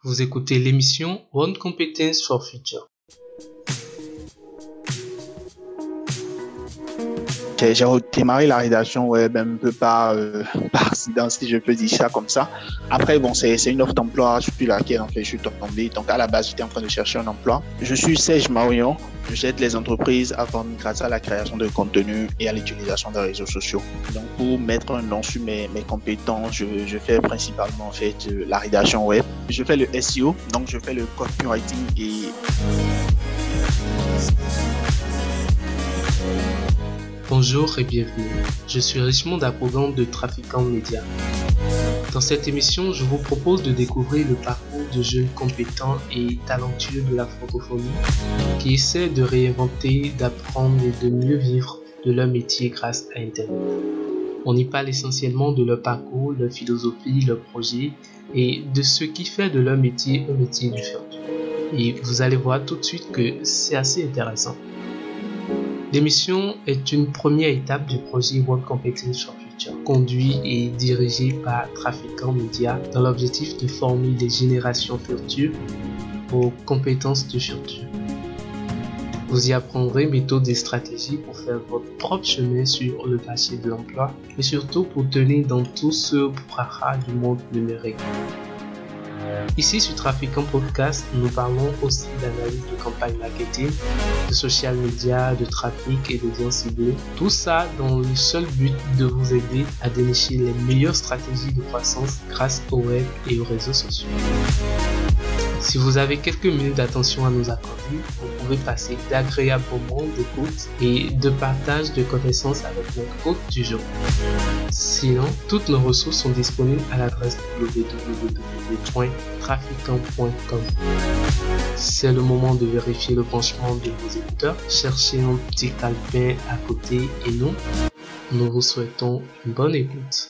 Vous écoutez l'émission One Competence for Future. J'ai démarré la rédaction web un peu par accident, si je peux dire ça comme ça. Après, c'est une offre d'emploi sur laquelle en fait, je suis tombé. Donc, à la base, j'étais en train de chercher un emploi. Je suis Serge Marion. J'aide les entreprises à vendre grâce à la création de contenu et à l'utilisation des réseaux sociaux. Donc, pour mettre un nom sur mes compétences, je fais principalement en fait la rédaction web. Je fais le SEO, donc je fais le copywriting et... Bonjour et bienvenue. Je suis Richmond Apogan de Trafiquant Média. Dans cette émission, je vous propose de découvrir le parcours de jeunes compétents et talentueux de la francophonie qui essaient de réinventer, d'apprendre et de mieux vivre de leur métier grâce à Internet. On y parle essentiellement de leur parcours, leur philosophie, leur projet et de ce qui fait de leur métier un métier du futur. Et vous allez voir tout de suite que c'est assez intéressant. L'émission est une première étape du projet One Competence for Future, conduit et dirigé par Trafiquant Média dans l'objectif de former des générations futures aux compétences du futur. Vous y apprendrez méthodes et stratégies pour faire votre propre chemin sur le marché de l'emploi et surtout pour tenir dans tout ce brouhaha du monde numérique. Ici sur Trafiquant Podcast, nous parlons aussi d'analyse de campagne marketing, de social media, de trafic et d'audience ciblée. Tout ça dans le seul but de vous aider à dénicher les meilleures stratégies de croissance grâce au web et aux réseaux sociaux. Si vous avez quelques minutes d'attention à nous accorder, vous pouvez passer d'agréables moments d'écoute et de partage de connaissances avec notre hôte du jour. Sinon, toutes nos ressources sont disponibles à l'adresse www.trafiquant.com. C'est le moment de vérifier le branchement de vos écouteurs. Cherchez un petit calepin à côté et nous vous souhaitons une bonne écoute.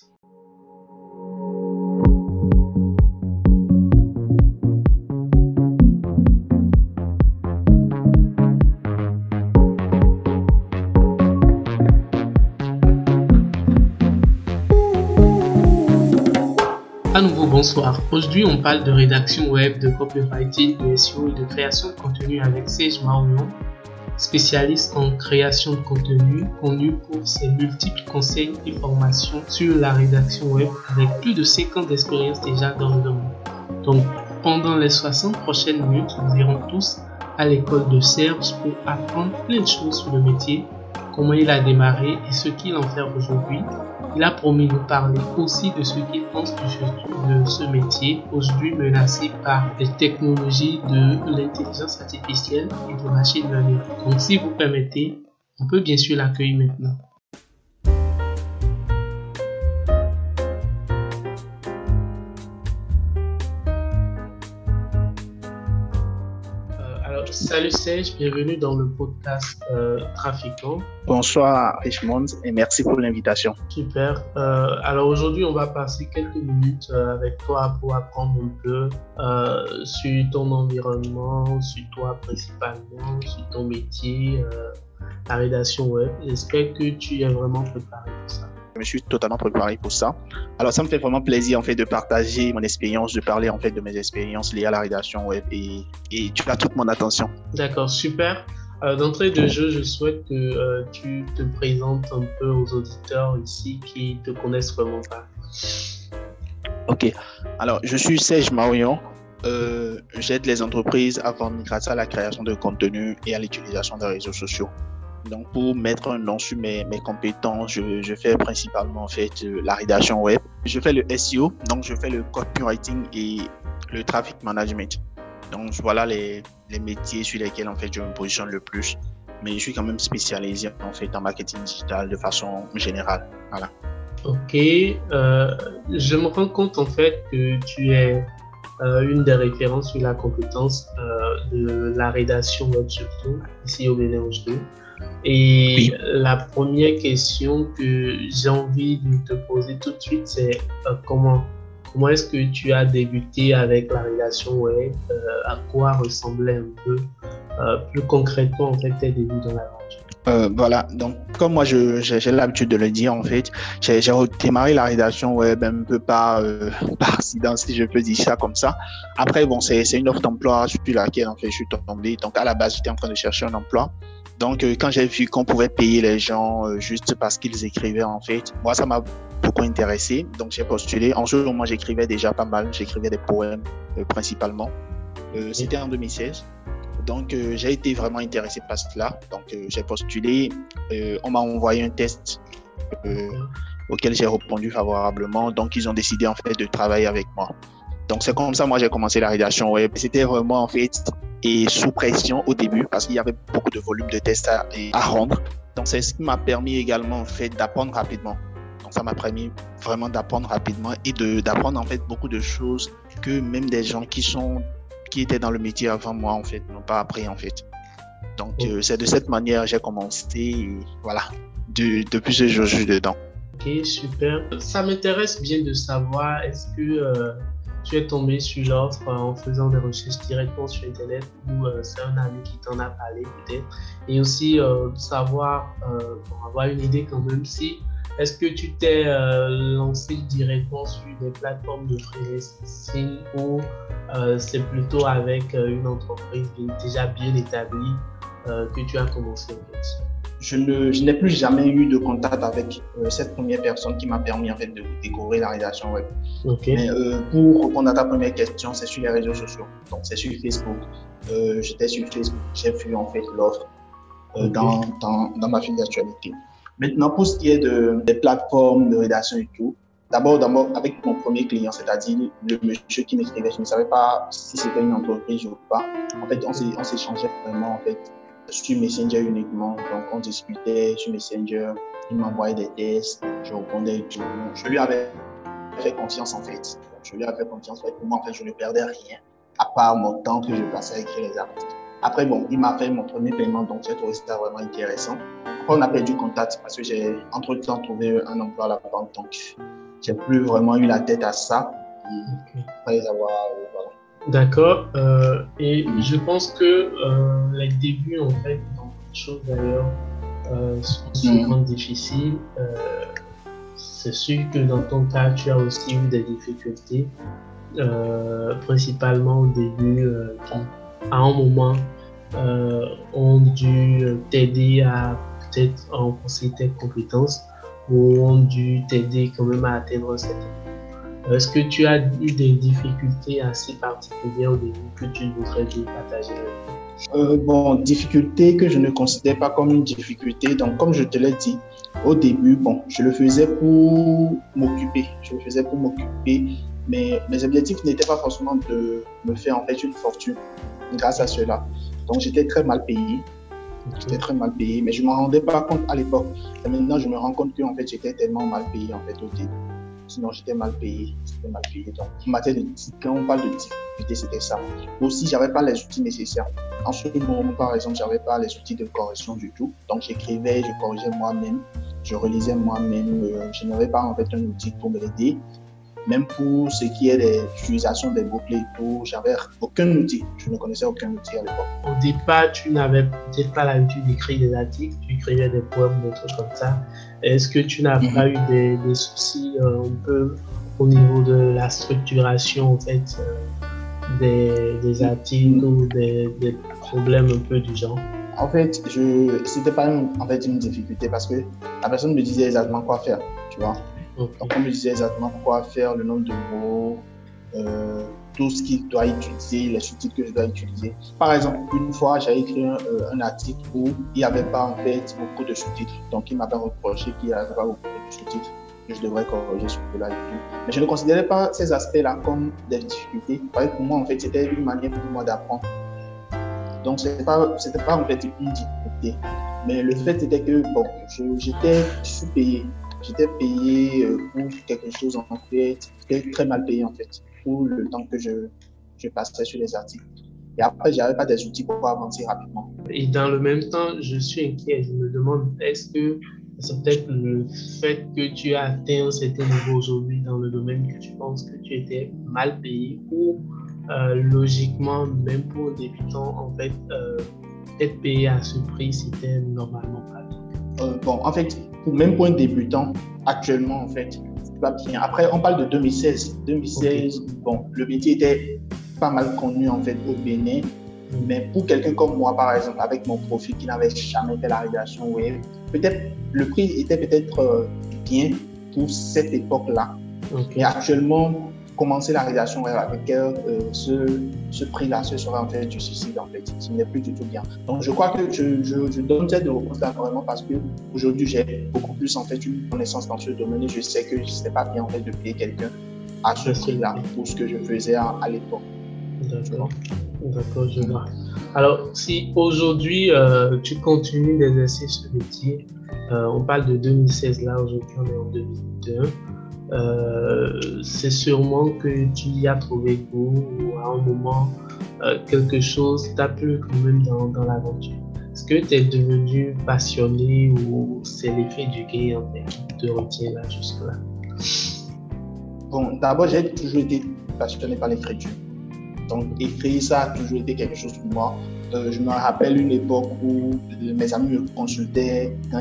À nouveau, bonsoir. Aujourd'hui, on parle de rédaction web, de copywriting, de SEO et de création de contenu avec Serge Marion, spécialiste en création de contenu, connu pour ses multiples conseils et formations sur la rédaction web avec plus de 5 ans d'expérience déjà dans le domaine. Donc, pendant les 60 prochaines minutes, nous irons tous à l'école de Serge pour apprendre plein de choses sur le métier, comment il a démarré et ce qu'il en fait aujourd'hui. Il a promis de nous parler aussi de ce qu'il pense du futur de ce métier, aujourd'hui menacé par les technologies de l'intelligence artificielle et de machine learning. Donc si vous permettez, on peut bien sûr l'accueillir maintenant. Salut Serge, bienvenue dans le podcast Trafiquant. Bonsoir Richmond et merci pour l'invitation. Super. Alors aujourd'hui, on va passer quelques minutes avec toi pour apprendre un peu sur ton environnement, sur toi principalement, sur ton métier, la rédaction web. J'espère que tu es vraiment préparé pour ça. Je me suis totalement préparé pour ça. Alors, ça me fait vraiment plaisir en fait de partager mon expérience, de parler en fait de mes expériences liées à la rédaction web et tu as toute mon attention. D'accord, super. D'entrée de jeu, je souhaite que tu te présentes un peu aux auditeurs ici qui te connaissent vraiment pas. Ok. Alors, je suis Serge Marion. J'aide les entreprises à vendre grâce à la création de contenu et à l'utilisation des réseaux sociaux. Donc, pour mettre un nom sur mes compétences, je fais principalement en fait la rédaction web. Je fais le SEO, donc je fais le copywriting et le traffic management. Donc, voilà les métiers sur lesquels en fait je me positionne le plus. Mais je suis quand même spécialisé en fait en marketing digital de façon générale. Voilà. Ok. Je me rends compte en fait que tu es une des références sur la compétence de la rédaction web surtout ici au Bénin aujourd'hui. Et oui. La première question que j'ai envie de te poser tout de suite, c'est comment est-ce que tu as débuté avec la rédaction web, à quoi ressemblaient un peu plus concrètement en fait tes débuts dans l'aventure? Voilà, donc comme moi j'ai l'habitude de le dire en fait, j'ai démarré la rédaction web un peu par accident si je peux dire ça comme ça. Après bon c'est une offre d'emploi sur laquelle en fait je suis tombé. Donc à la base j'étais en train de chercher un emploi. Donc quand j'ai vu qu'on pouvait payer les gens juste parce qu'ils écrivaient en fait, moi ça m'a beaucoup intéressé. Donc j'ai postulé. En ce moment j'écrivais déjà pas mal, j'écrivais des poèmes principalement. C'était en 2016. Donc, j'ai été vraiment intéressé par cela. Donc, j'ai postulé. On m'a envoyé un test auquel j'ai répondu favorablement. Donc, ils ont décidé en fait de travailler avec moi. Donc, c'est comme ça, moi, j'ai commencé la rédaction web. C'était vraiment en fait et sous pression au début parce qu'il y avait beaucoup de volume de tests à rendre. Donc, c'est ce qui m'a permis également en fait d'apprendre rapidement. Donc, ça m'a permis vraiment d'apprendre rapidement et d'apprendre en fait beaucoup de choses que même des gens qui étaient dans le métier avant moi, en fait, n'ont pas appris, en fait. Donc, c'est de cette manière que j'ai commencé. Et voilà, depuis ce jour, je suis dedans. Ok, super. Ça m'intéresse bien de savoir, est-ce que tu es tombé sur l'offre en faisant des recherches directement sur Internet ou c'est un ami qui t'en a parlé peut-être? Et aussi savoir, pour avoir une idée quand même, si est-ce que tu t'es lancé directement sur des plateformes de freelancing ou c'est plutôt avec une entreprise déjà bien établie que tu as commencé en fait? Je n'ai plus jamais eu de contact avec cette première personne qui m'a permis en fait de découvrir la rédaction web. Okay. Mais pour répondre à ta première question, c'est sur les réseaux sociaux. Donc c'est sur Facebook. J'étais sur Facebook, j'ai vu en fait l'offre dans ma file d'actualité. Maintenant, pour ce qui est des plateformes de rédaction et tout, d'abord avec mon premier client, c'est-à-dire le monsieur qui m'écrivait, je ne savais pas si c'était une entreprise ou pas. En fait, on s'échangeait vraiment en fait sur Messenger uniquement. Donc, on discutait sur Messenger, il m'envoyait des tests, je répondais et tout. Je lui avais fait confiance en fait. Je lui avais fait confiance. Pour moi, en fait, je ne perdais rien à part mon temps que je passais à écrire les articles. Après, bon, il m'a fait mon premier paiement, donc j'ai trouvé ça vraiment intéressant. Après, on a perdu contact parce que j'ai entre-temps trouvé un emploi à la banque, donc j'ai plus vraiment eu la tête à ça. Et après avoir, voilà. D'accord. Et je pense que les débuts, en fait, dans beaucoup de choses d'ailleurs, sont souvent difficiles. C'est sûr que dans ton cas, tu as aussi eu des difficultés, principalement au début, qui, à un moment, ont dû t'aider à peut-être renforcer tes compétences ou ont dû t'aider quand même à atteindre cette étape. Est-ce que tu as eu des difficultés assez particulières au début que tu voudrais partager? Bon, difficulté que je ne considère pas comme une difficulté. Donc, comme je te l'ai dit, au début, bon, je le faisais pour m'occuper. Mais mes objectifs n'étaient pas forcément de me faire en fait une fortune grâce à cela. Donc, j'étais très mal payé. Mais je ne m'en rendais pas compte à l'époque. Et maintenant, je me rends compte que en fait, j'étais tellement mal payé en fait au début. Sinon, j'étais mal payé. Donc, quand on parle de difficulté, c'était ça. Aussi, je n'avais pas les outils nécessaires. En ce moment, par exemple, je n'avais pas les outils de correction du tout. Donc, j'écrivais, je corrigeais moi-même, je relisais moi-même. Je n'avais pas en fait un outil pour m'aider. Même pour ce qui est de l'utilisation des mots-clés et tout, j'avais aucun outil. Je ne connaissais aucun outil à l'époque. Au départ, tu n'avais peut-être pas l'habitude d'écrire des articles, tu écrivais des poèmes, des trucs comme ça. Est-ce que tu n'as pas eu des soucis un peu au niveau de la structuration en fait, des articles ou des problèmes un peu du genre? En fait, c'était pas une difficulté parce que la personne me disait exactement quoi faire, tu vois. Okay. Donc, on me disait exactement quoi faire, le nombre de mots, tout ce qu'il doit utiliser, les sous-titres que je dois utiliser. Par exemple, une fois, j'ai écrit un article où il n'y avait pas en fait beaucoup de sous-titres. Donc, il m'avait reproché qu'il n'y avait pas beaucoup de sous-titres, que je devrais corriger ce là et tout. Mais je ne considérais pas ces aspects-là comme des difficultés. Parce que pour moi, en fait, c'était une manière pour moi d'apprendre. Donc, c'était pas en fait une difficulté. Mais le fait était que, bon, j'étais sous-payé. J'étais payé pour quelque chose en fait, j'étais très mal payé en fait, pour le temps que je passais sur les articles. Et après, je n'avais pas des outils pour avancer rapidement. Et dans le même temps, je suis inquiet. Je me demande, est-ce que c'est peut-être le fait que tu as atteint un certain niveau aujourd'hui dans le domaine que tu penses que tu étais mal payé ou logiquement, même pour un débutant, en fait, être payé à ce prix, c'était normalement pas bien. Bon, en fait, même pour un débutant, actuellement, en fait, c'est pas bien. Après, on parle de 2016. 2016, okay. Bon, le métier était pas mal connu, en fait, au Bénin. Mais pour quelqu'un comme moi, par exemple, avec mon profil qui n'avait jamais fait la rédaction web, peut-être le prix était peut-être bien pour cette époque-là. Okay. Mais actuellement, commencer la rédaction web avec ce prix-là, ce serait en fait du suicide, en fait. Ce n'est plus du tout bien. Donc, je crois que je donne cette réponse-là vraiment parce qu'aujourd'hui, j'ai beaucoup plus en fait une connaissance dans ce domaine et je sais que ce n'est pas bien en fait de payer quelqu'un à ce prix-là pour ce que je faisais à l'époque. D'accord, je vois. Alors, si aujourd'hui tu continues d'exercer ce métier, on parle de 2016, là aujourd'hui on est en 2021, c'est sûrement que tu y as trouvé goût ou à un moment quelque chose t'a plu quand même dans l'aventure. Est-ce que tu es devenu passionné ou c'est l'effet du gay en fait qui te retient là jusque-là? Bon, d'abord j'ai toujours été passionné par l'écriture. Donc, écrire, ça a toujours été quelque chose pour moi. Je me rappelle une époque où mes amis me consultaient quand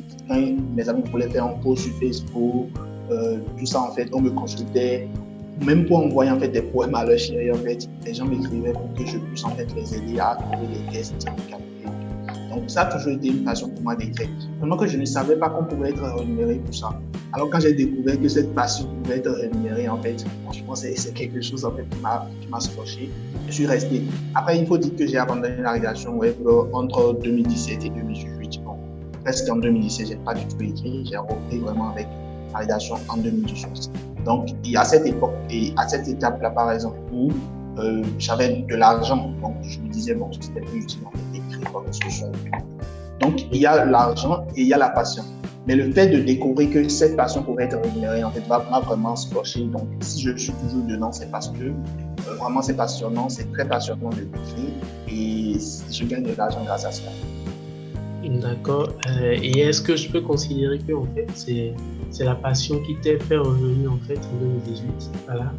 mes amis voulaient faire un post sur Facebook, tout ça en fait, on me consultait. Même pour envoyer en fait des poèmes à leur chérie, en fait, les gens m'écrivaient pour que je puisse en fait les aider à trouver des textes. Donc, ça a toujours été une passion pour moi d'écrire. Seulement que je ne savais pas qu'on pouvait être rémunéré pour ça. Alors, quand j'ai découvert que cette passion pouvait être rémunérée, en fait, franchement, c'est quelque chose en fait, qui m'a scotché. Je suis resté. Après, il faut dire que j'ai abandonné la rédaction web entre 2017 et 2018. Bon, presque en 2017, je n'ai pas du tout écrit. J'ai repris vraiment avec la rédaction en 2018. Donc, il y a cette époque et à cette étape-là, par exemple, où j'avais de l'argent. Donc, je me disais, bon, c'était plus utile en fait, d'écrire quoi que ce soit. Donc, il y a l'argent et il y a la passion. Mais le fait de découvrir que cette passion pourrait être rémunérée, en fait, m'a vraiment scotché. Donc, si je suis toujours dedans, c'est parce que vraiment c'est passionnant, c'est très passionnant de l'écrire et je gagne de l'argent grâce à cela. D'accord. Et est-ce que je peux considérer que en fait, c'est la passion qui t'a fait revenir en fait en 2018, voilà?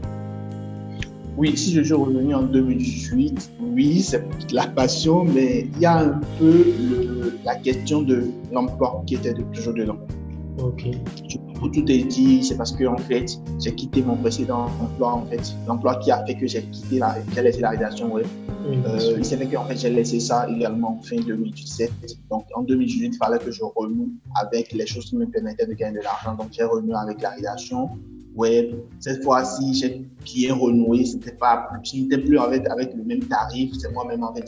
Oui, si je suis revenu en 2018, oui, c'est la passion, mais il y a un peu la question de l'emploi qui était toujours dedans. Ok. Pour tout est dit, c'est parce que en fait, j'ai quitté mon précédent emploi, en fait, l'emploi qui a fait que j'ai laissé la rédaction web. Il s'est fait que en fait, j'ai laissé ça également fin 2017. Donc en 2018, il fallait que je renoue avec les choses qui me permettaient de gagner de l'argent. Donc j'ai renoué avec la rédaction web. Cette fois-ci, j'ai bien renoué. Je n'étais plus avec le même tarif. C'est moi-même en fait,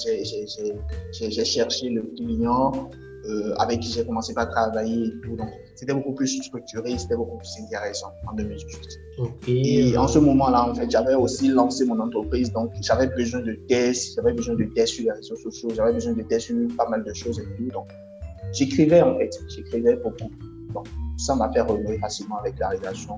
j'ai cherché le client avec qui j'ai commencé à travailler et tout. Donc c'était beaucoup plus structuré, c'était beaucoup plus intéressant en 2018. Okay. Et en ce moment-là, en fait, j'avais aussi lancé mon entreprise, donc j'avais besoin de tests, sur les réseaux sociaux, j'avais besoin de tests sur pas mal de choses et tout. Donc j'écrivais beaucoup. Donc ça m'a fait renouer facilement avec la rédaction.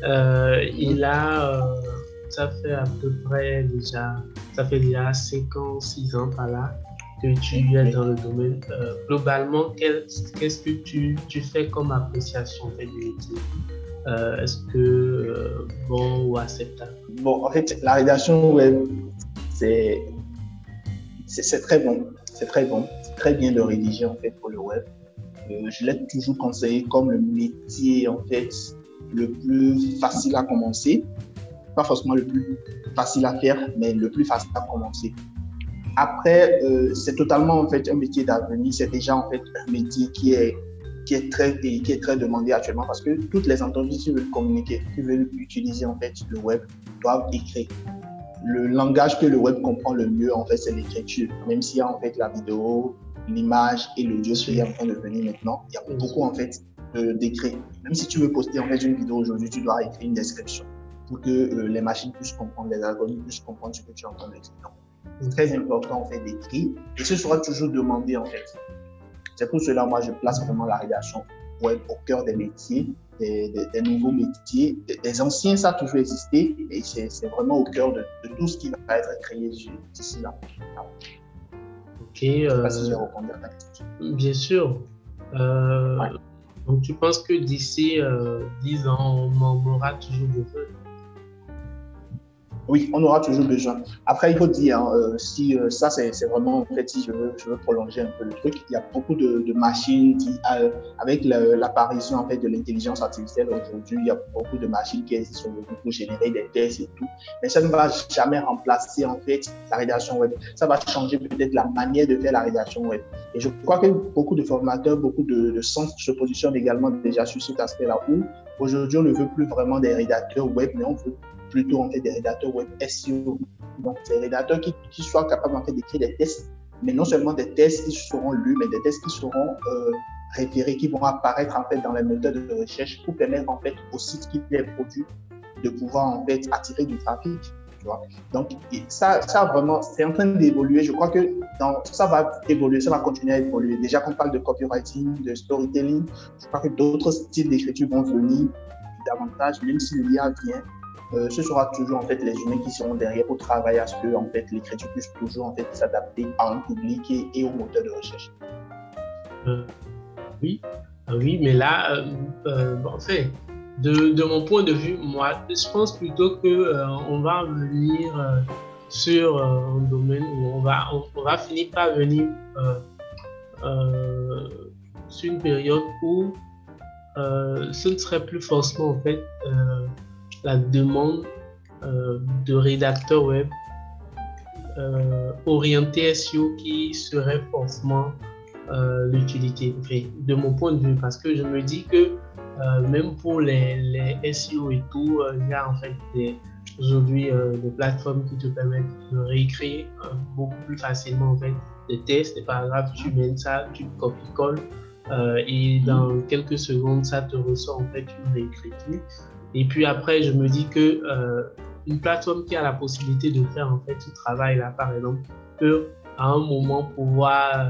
Ça fait à peu près déjà 5 ans, 6 ans par là que tu es dans le domaine. Globalement, qu'est-ce que tu fais comme appréciation en fait, du métier? Est-ce que bon ou acceptable? Bon, en fait, la rédaction web, c'est très bon. C'est très bon. C'est très bien de rédiger en fait pour le web. Je l'ai toujours conseillé comme le métier en fait le plus facile à commencer. Pas forcément le plus facile à faire, mais le plus facile à commencer. Après, c'est totalement en fait un métier d'avenir. C'est déjà en fait un métier qui est très demandé actuellement parce que toutes les entreprises qui veulent communiquer, qui veulent utiliser en fait le web, doivent écrire. Le langage que le web comprend le mieux en fait, c'est l'écriture. Même s'il y a en fait la vidéo, l'image et l'audio qui est en train de venir maintenant, il y a beaucoup en fait d'écrire. Même si tu veux poster en fait une vidéo aujourd'hui, tu dois écrire une description pour que les machines puissent comprendre, les algorithmes puissent comprendre ce que tu es en train d'écrire. C'est très important en fait d'écrire et ce sera toujours demandé en fait. C'est pour cela moi je place vraiment la rédaction web au cœur des métiers, des nouveaux métiers, des anciens ça a toujours existé et c'est vraiment au cœur de tout ce qui va être créé d'ici là. Ok. Je ne sais pas si j'ai répondu à ta question. Bien sûr. Ouais. Donc tu penses que d'ici 10 ans on aura toujours besoin? Oui, on aura toujours besoin. Après, il faut dire, si ça, c'est vraiment, en fait, si je veux prolonger un peu le truc, il y a beaucoup de machines avec l'apparition, en fait, de l'intelligence artificielle aujourd'hui, il y a beaucoup de machines qui existent aujourd'hui pour générer des tests et tout. Mais ça ne va jamais remplacer, en fait, la rédaction web. Ça va changer peut-être la manière de faire la rédaction web. Et je crois que beaucoup de formateurs, beaucoup de centres se positionnent également déjà sur cet aspect-là où aujourd'hui, on ne veut plus vraiment des rédacteurs web, mais on veut plutôt en fait des rédacteurs web SEO. Donc, des rédacteurs qui soient capables en fait d'écrire des tests, mais non seulement des tests qui seront lus, mais des tests qui seront référés, qui vont apparaître en fait dans les moteurs de recherche pour permettre en fait au site qui les produit de pouvoir en fait attirer du trafic. Tu vois? Donc, ça vraiment, c'est en train d'évoluer. Je crois que ça va évoluer, ça va continuer à évoluer. Déjà qu'on parle de copywriting, de storytelling, je crois que d'autres styles d'écriture vont venir davantage, même si l'IA vient. Ce sera toujours en fait les humains qui seront derrière pour travailler à ce que en fait l'écriture puisse toujours en fait s'adapter à un public et au moteur de recherche. Oui, mais là, en fait, de mon point de vue, moi, je pense plutôt que on va venir sur un domaine où on va finir par venir sur une période où ce ne serait plus forcément en fait la demande de rédacteurs web orientés SEO qui serait forcément l'utilité, enfin, de mon point de vue, parce que je me dis que même pour les SEO et tout, il y a en fait aujourd'hui des plateformes qui te permettent de réécrire beaucoup plus facilement en fait des tests. Et par exemple, tu mets ça, tu copies-colles et dans quelques secondes, ça te ressort en fait une réécriture. Et puis après, je me dis que une plateforme qui a la possibilité de faire en fait ce travail-là, par exemple, peut à un moment pouvoir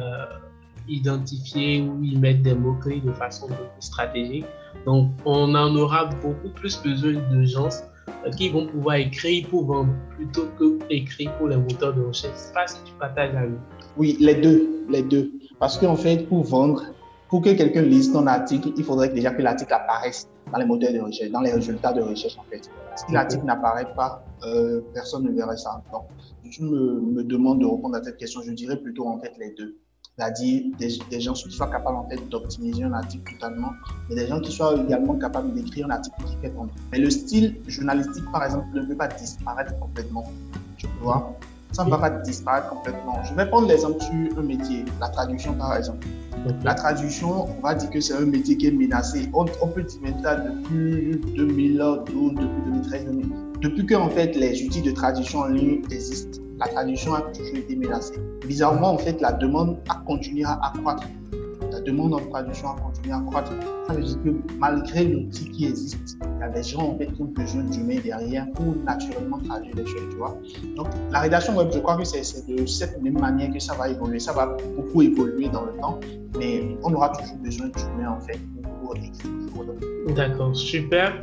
identifier ou y mettre des mots-clés de façon beaucoup plus stratégique. Donc, on en aura beaucoup plus besoin de gens qui vont pouvoir écrire pour vendre plutôt que écrire pour les moteurs de recherche. Je ne sais pas si tu partages la vie. Oui, les deux. Parce qu'en fait, pour vendre, pour que quelqu'un lise ton article, il faudrait déjà que l'article apparaisse dans les moteurs de recherche, dans les résultats de recherche en fait. Si l'article n'apparaît pas, personne ne verrait ça. Donc, si tu me demandes de répondre à cette question, je dirais plutôt en fait les deux. C'est-à-dire des gens qui soient capables en fait d'optimiser un article totalement, mais des gens qui soient également capables d'écrire un article qui fait vendre. Mais le style journalistique, par exemple, ne peut pas disparaître complètement. Tu vois, ça ne va pas disparaître complètement. Je vais prendre l'exemple sur un métier, la traduction par exemple. La traduction, on va dire que c'est un métier qui est menacé. On peut dire ça depuis 2012, depuis 2013, depuis que en fait les outils de traduction en ligne existent. La traduction a toujours été menacée. Bizarrement, en fait, la demande a continué à accroître. La demande en traduction a continué à accroître. Ça veut dire que malgré l'outil qui existe, il y a des gens en fait qui ont besoin d'humains derrière pour naturellement traduire les choses, tu vois. Donc, la rédaction web, je crois que c'est de cette même manière que ça va évoluer. Ça va beaucoup évoluer dans le temps, mais on aura toujours besoin d'humains en fait pour écrire. D'accord, super.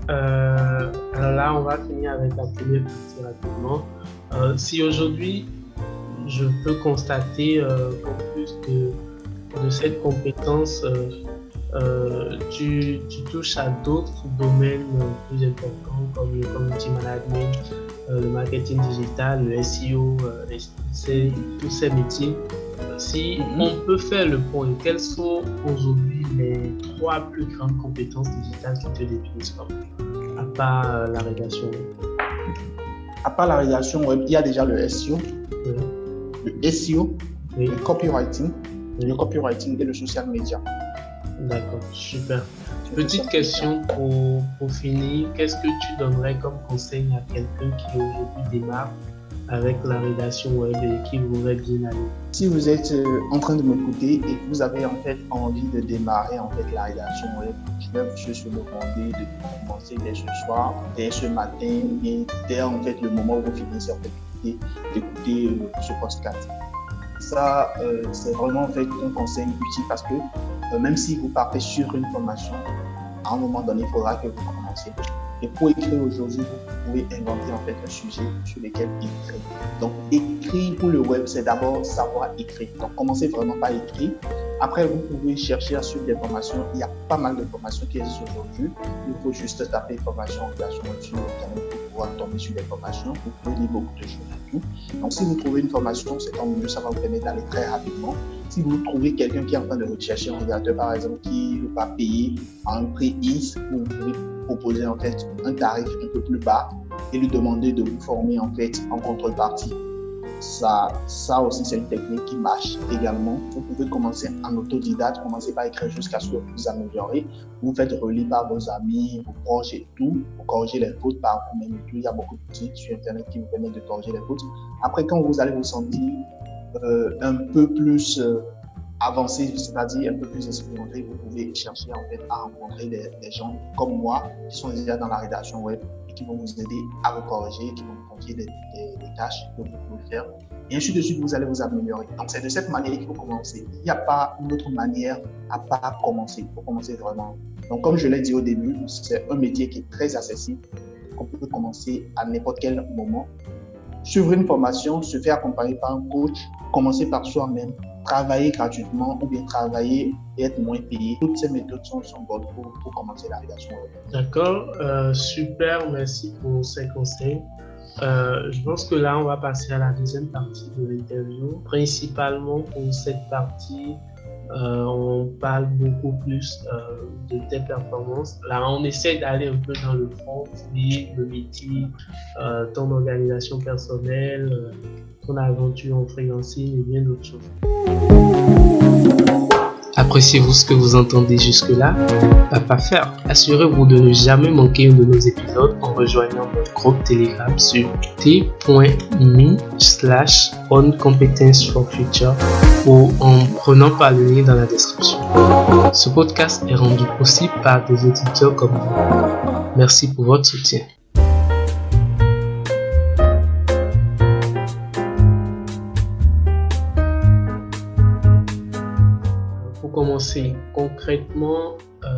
Alors là, on va finir avec la première partie rapidement. Si aujourd'hui, je peux constater qu'en plus de cette compétence, tu touches à d'autres domaines plus importants comme le community management, le marketing digital, le SEO, tous ces métiers. Si on peut faire le point, quelles sont aujourd'hui les 3 plus grandes compétences digitales qui te définissent comme, à part la rédaction web? À part la rédaction web, il y a déjà le SEO, le SEO, le copywriting, le copywriting et le social media. D'accord, super. Petite question pour finir, qu'est-ce que tu donnerais comme conseil à quelqu'un qui aujourd'hui démarre avec la rédaction web et qui voudrait bien aller? Si vous êtes en train de m'écouter et que vous avez en fait envie de démarrer en fait la rédaction web, je vais vous demander de commencer dès ce soir, dès ce matin, et dès en fait le moment où vous finissez en fait d'écouter ce podcast. Ça, c'est vraiment en fait un conseil utile parce que même si vous partez sur une formation, à un moment donné, il faudra que vous commenciez. Et pour écrire aujourd'hui, vous pouvez inventer en fait un sujet sur lequel écrire. Donc, écrire pour le web, c'est d'abord savoir écrire. Donc, commencez vraiment par écrire. Après, vous pouvez chercher à suivre des formations. Il y a pas mal de formations qui existent aujourd'hui. Il faut juste taper formation en création web sur Internet pour pouvoir tomber sur des formations, vous pouvez lire beaucoup de choses et tout. Donc, si vous trouvez une formation, c'est tant mieux, ça va vous permettre d'aller très rapidement. Si vous trouvez quelqu'un qui est en train de rechercher un rédacteur, par exemple, qui va payer à un prix X, vous pouvez proposer en fait un tarif un peu plus bas et lui demander de vous former en fait en contrepartie. Ça aussi, c'est une technique qui marche également. Vous pouvez commencer en autodidacte, commencer par écrire jusqu'à ce que vous vous améliorez. Vous faites relire par vos amis, vos proches et tout. Vous corrigez les fautes par vous-même et tout. Il y a beaucoup d'outils sur Internet qui vous permettent de corriger les fautes. Après, quand vous allez vous sentir un peu plus avancé, c'est-à-dire un peu plus expérimenté, vous pouvez chercher en fait à rencontrer des gens comme moi qui sont déjà dans la rédaction web et qui vont vous aider à vous corriger, qui vont vous confier des tâches que vous pouvez faire. Et ainsi de suite, vous allez vous améliorer. Donc, c'est de cette manière qu'il faut commencer. Il n'y a pas une autre manière à pas commencer. Il faut commencer vraiment. Donc, comme je l'ai dit au début, c'est un métier qui est très accessible, qu'on peut commencer à n'importe quel moment. Suivre une formation, se faire accompagner par un coach, commencer par soi-même, travailler gratuitement ou bien travailler et être moins payé. Toutes ces méthodes sont bonnes pour commencer la rédaction. D'accord, super, merci pour ces conseils. Je pense que là, on va passer à la deuxième partie de l'interview. Principalement pour cette partie, on parle beaucoup plus de tes performances. Là, on essaie d'aller un peu dans le fond, le métier, ton organisation personnelle, ton aventure en freelancing et bien d'autres choses. Appréciez-vous ce que vous entendez jusque-là? Pas faire. Assurez-vous de ne jamais manquer un de nos épisodes en rejoignant notre groupe Telegram sur t.me/oncompetence4future ou en prenant par le lien dans la description. Ce podcast est rendu possible par des auditeurs comme vous. Merci pour votre soutien. Commencer concrètement,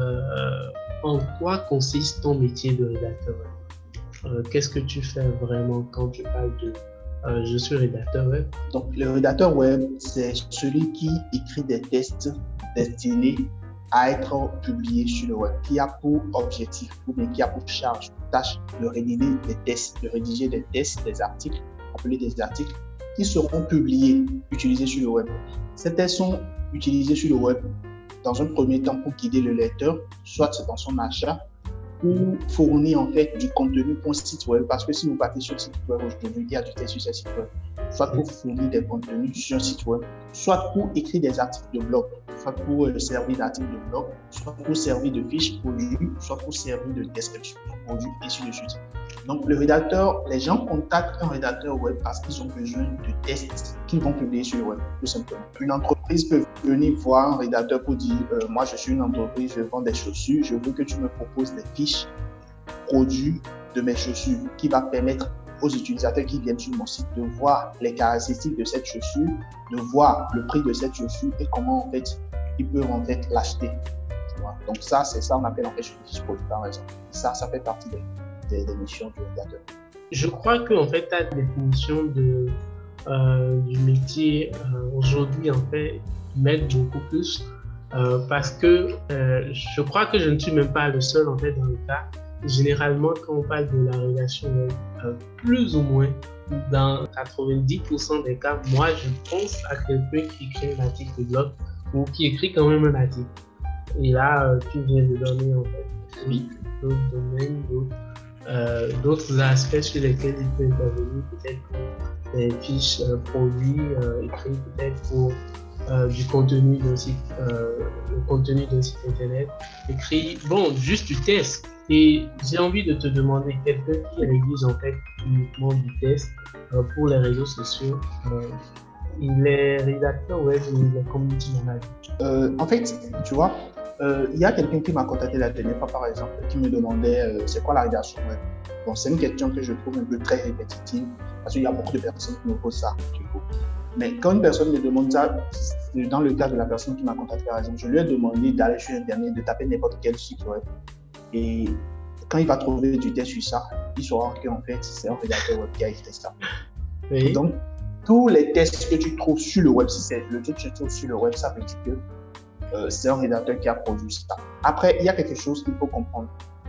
en quoi consiste ton métier de rédacteur web? Qu'est-ce que tu fais vraiment quand tu parles de je suis rédacteur web? Donc, le rédacteur web, c'est celui qui écrit des textes destinés à être publiés sur le web, qui a pour objectif ou bien qui a pour charge, tâche de rédiger des textes, des articles, appelés des articles, qui seront publiés, utilisés sur le web. Ces textes sont utilisés sur le web dans un premier temps pour guider le lecteur, soit dans son achat, ou fournir en fait du contenu pour un site web. Parce que si vous partez sur un site web aujourd'hui, il y a du texte sur ce site web. Soit pour fournir des contenus sur un site web, soit pour écrire des articles de blog, soit pour servir d'articles de blog, soit pour servir de fiches produits, soit pour servir de description de produits, et ainsi de suite. Donc, le rédacteur, les gens contactent un rédacteur web parce qu'ils ont besoin de textes qu'ils vont publier sur le web, tout simplement. Une entreprise peut venir voir un rédacteur pour dire moi, je suis une entreprise, je vends des chaussures, je veux que tu me proposes des fiches produits de mes chaussures qui va permettre aux utilisateurs qui viennent sur mon site de voir les caractéristiques de cette chaussure, de voir le prix de cette chaussure et comment en fait ils peuvent en fait l'acheter. Donc ça, c'est ça on appelle en fait une fiche produit par exemple. Ça fait partie des missions du rédacteur. Je crois que en fait ta définition du métier aujourd'hui en fait m'aide beaucoup plus parce que je crois que je ne suis même pas le seul en fait dans le cas. Généralement, quand on parle de la rédaction web, plus ou moins dans 90% des cas, moi je pense à quelqu'un qui écrit un article de blog ou qui écrit quand même un article. Et là, tu viens de donner en fait d'autres domaines, d'autres aspects sur lesquels il peut intervenir, peut-être pour des fiches produits écrits, peut-être pour du contenu d'un site, le contenu d'un site internet, écrit, juste du test. Et j'ai envie de te demander, quelqu'un qui rédige en fait uniquement du test pour les réseaux sociaux, il est rédacteur web ou il est community manager? En fait, tu vois, il y a quelqu'un qui m'a contacté la dernière fois, par exemple, qui me demandait c'est quoi la rédaction web. Bon, c'est une question que je trouve un peu très répétitive parce qu'il y a beaucoup de personnes qui me posent ça. Mais quand une personne me demande ça, dans le cas de la personne qui m'a contacté, par exemple, je lui ai demandé d'aller sur Internet, de taper n'importe quel site web. Et quand il va trouver du texte sur ça, il saura qu'en fait, c'est un rédacteur web qui a écrit ça. Oui. Donc, tous les textes que tu trouves sur le web, si c'est le truc que tu trouves sur le web, ça veut dire que c'est un rédacteur qui a produit ça. Après, il y a quelque chose qu'il faut comprendre.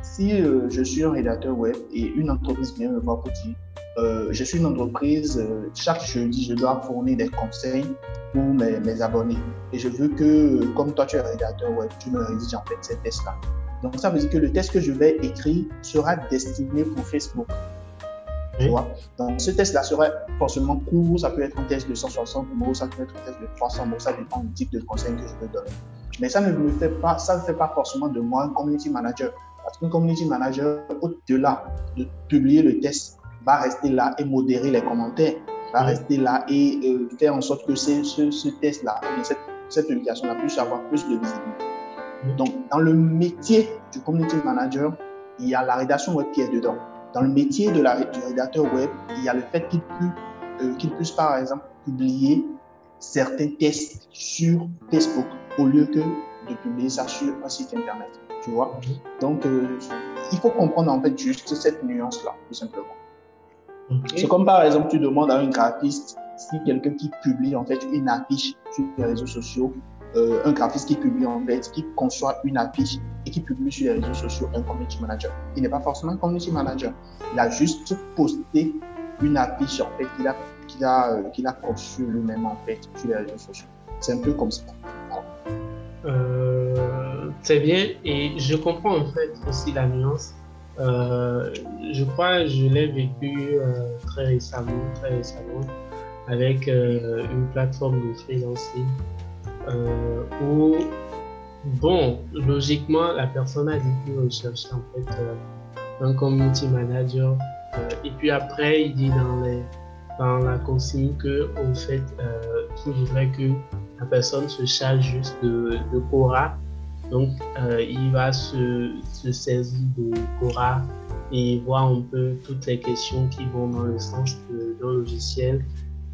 si je suis un rédacteur web et une entreprise vient me voir pour dire je suis une entreprise, chaque jeudi, je dois fournir des conseils pour mes abonnés. Et je veux que, comme toi, tu es rédacteur web, tu me rédiges en fait ces tests-là. Donc, ça veut dire que le test que je vais écrire sera destiné pour Facebook. Tu vois? Donc, ce test-là sera forcément court. Ça peut être un test de 160 mots, ça peut être un test de 300 mots. Ça dépend du type de conseil que je veux donner. Mais ça ne fait pas forcément de moi un community manager. Parce qu'un community manager, au-delà de publier le test, va rester là et modérer les commentaires, va rester là et faire en sorte que ce test-là, cette publication-là puisse avoir plus de visibilité. Donc, dans le métier du community manager, il y a la rédaction web qui est dedans. Dans le métier du rédacteur web, il y a le fait qu'il puisse, par exemple, publier certains tests sur Facebook au lieu que de publier ça sur un site internet. Tu vois? Donc, il faut comprendre en fait juste cette nuance-là, tout simplement. C'est comme par exemple, tu demandes à un graphiste si quelqu'un qui publie en fait une affiche sur les réseaux sociaux, un graphiste qui publie en fait, qui conçoit une affiche et qui publie sur les réseaux sociaux, un community manager. Il n'est pas forcément un community manager. Il a juste posté une affiche en fait qu'il a conçue lui-même en fait sur les réseaux sociaux. C'est un peu comme ça. C'est bien et je comprends en fait aussi la nuance. Je crois que je l'ai vécu très récemment avec une plateforme de freelancing où, bon, logiquement, la personne a dit qu'il recherchait en fait un community manager et puis après, il dit dans la consigne que, au fait, il voudrait que la personne se charge juste de Quora. Donc, il va se saisir de Quora et voir un peu toutes les questions qui vont dans le sens d'un logiciel.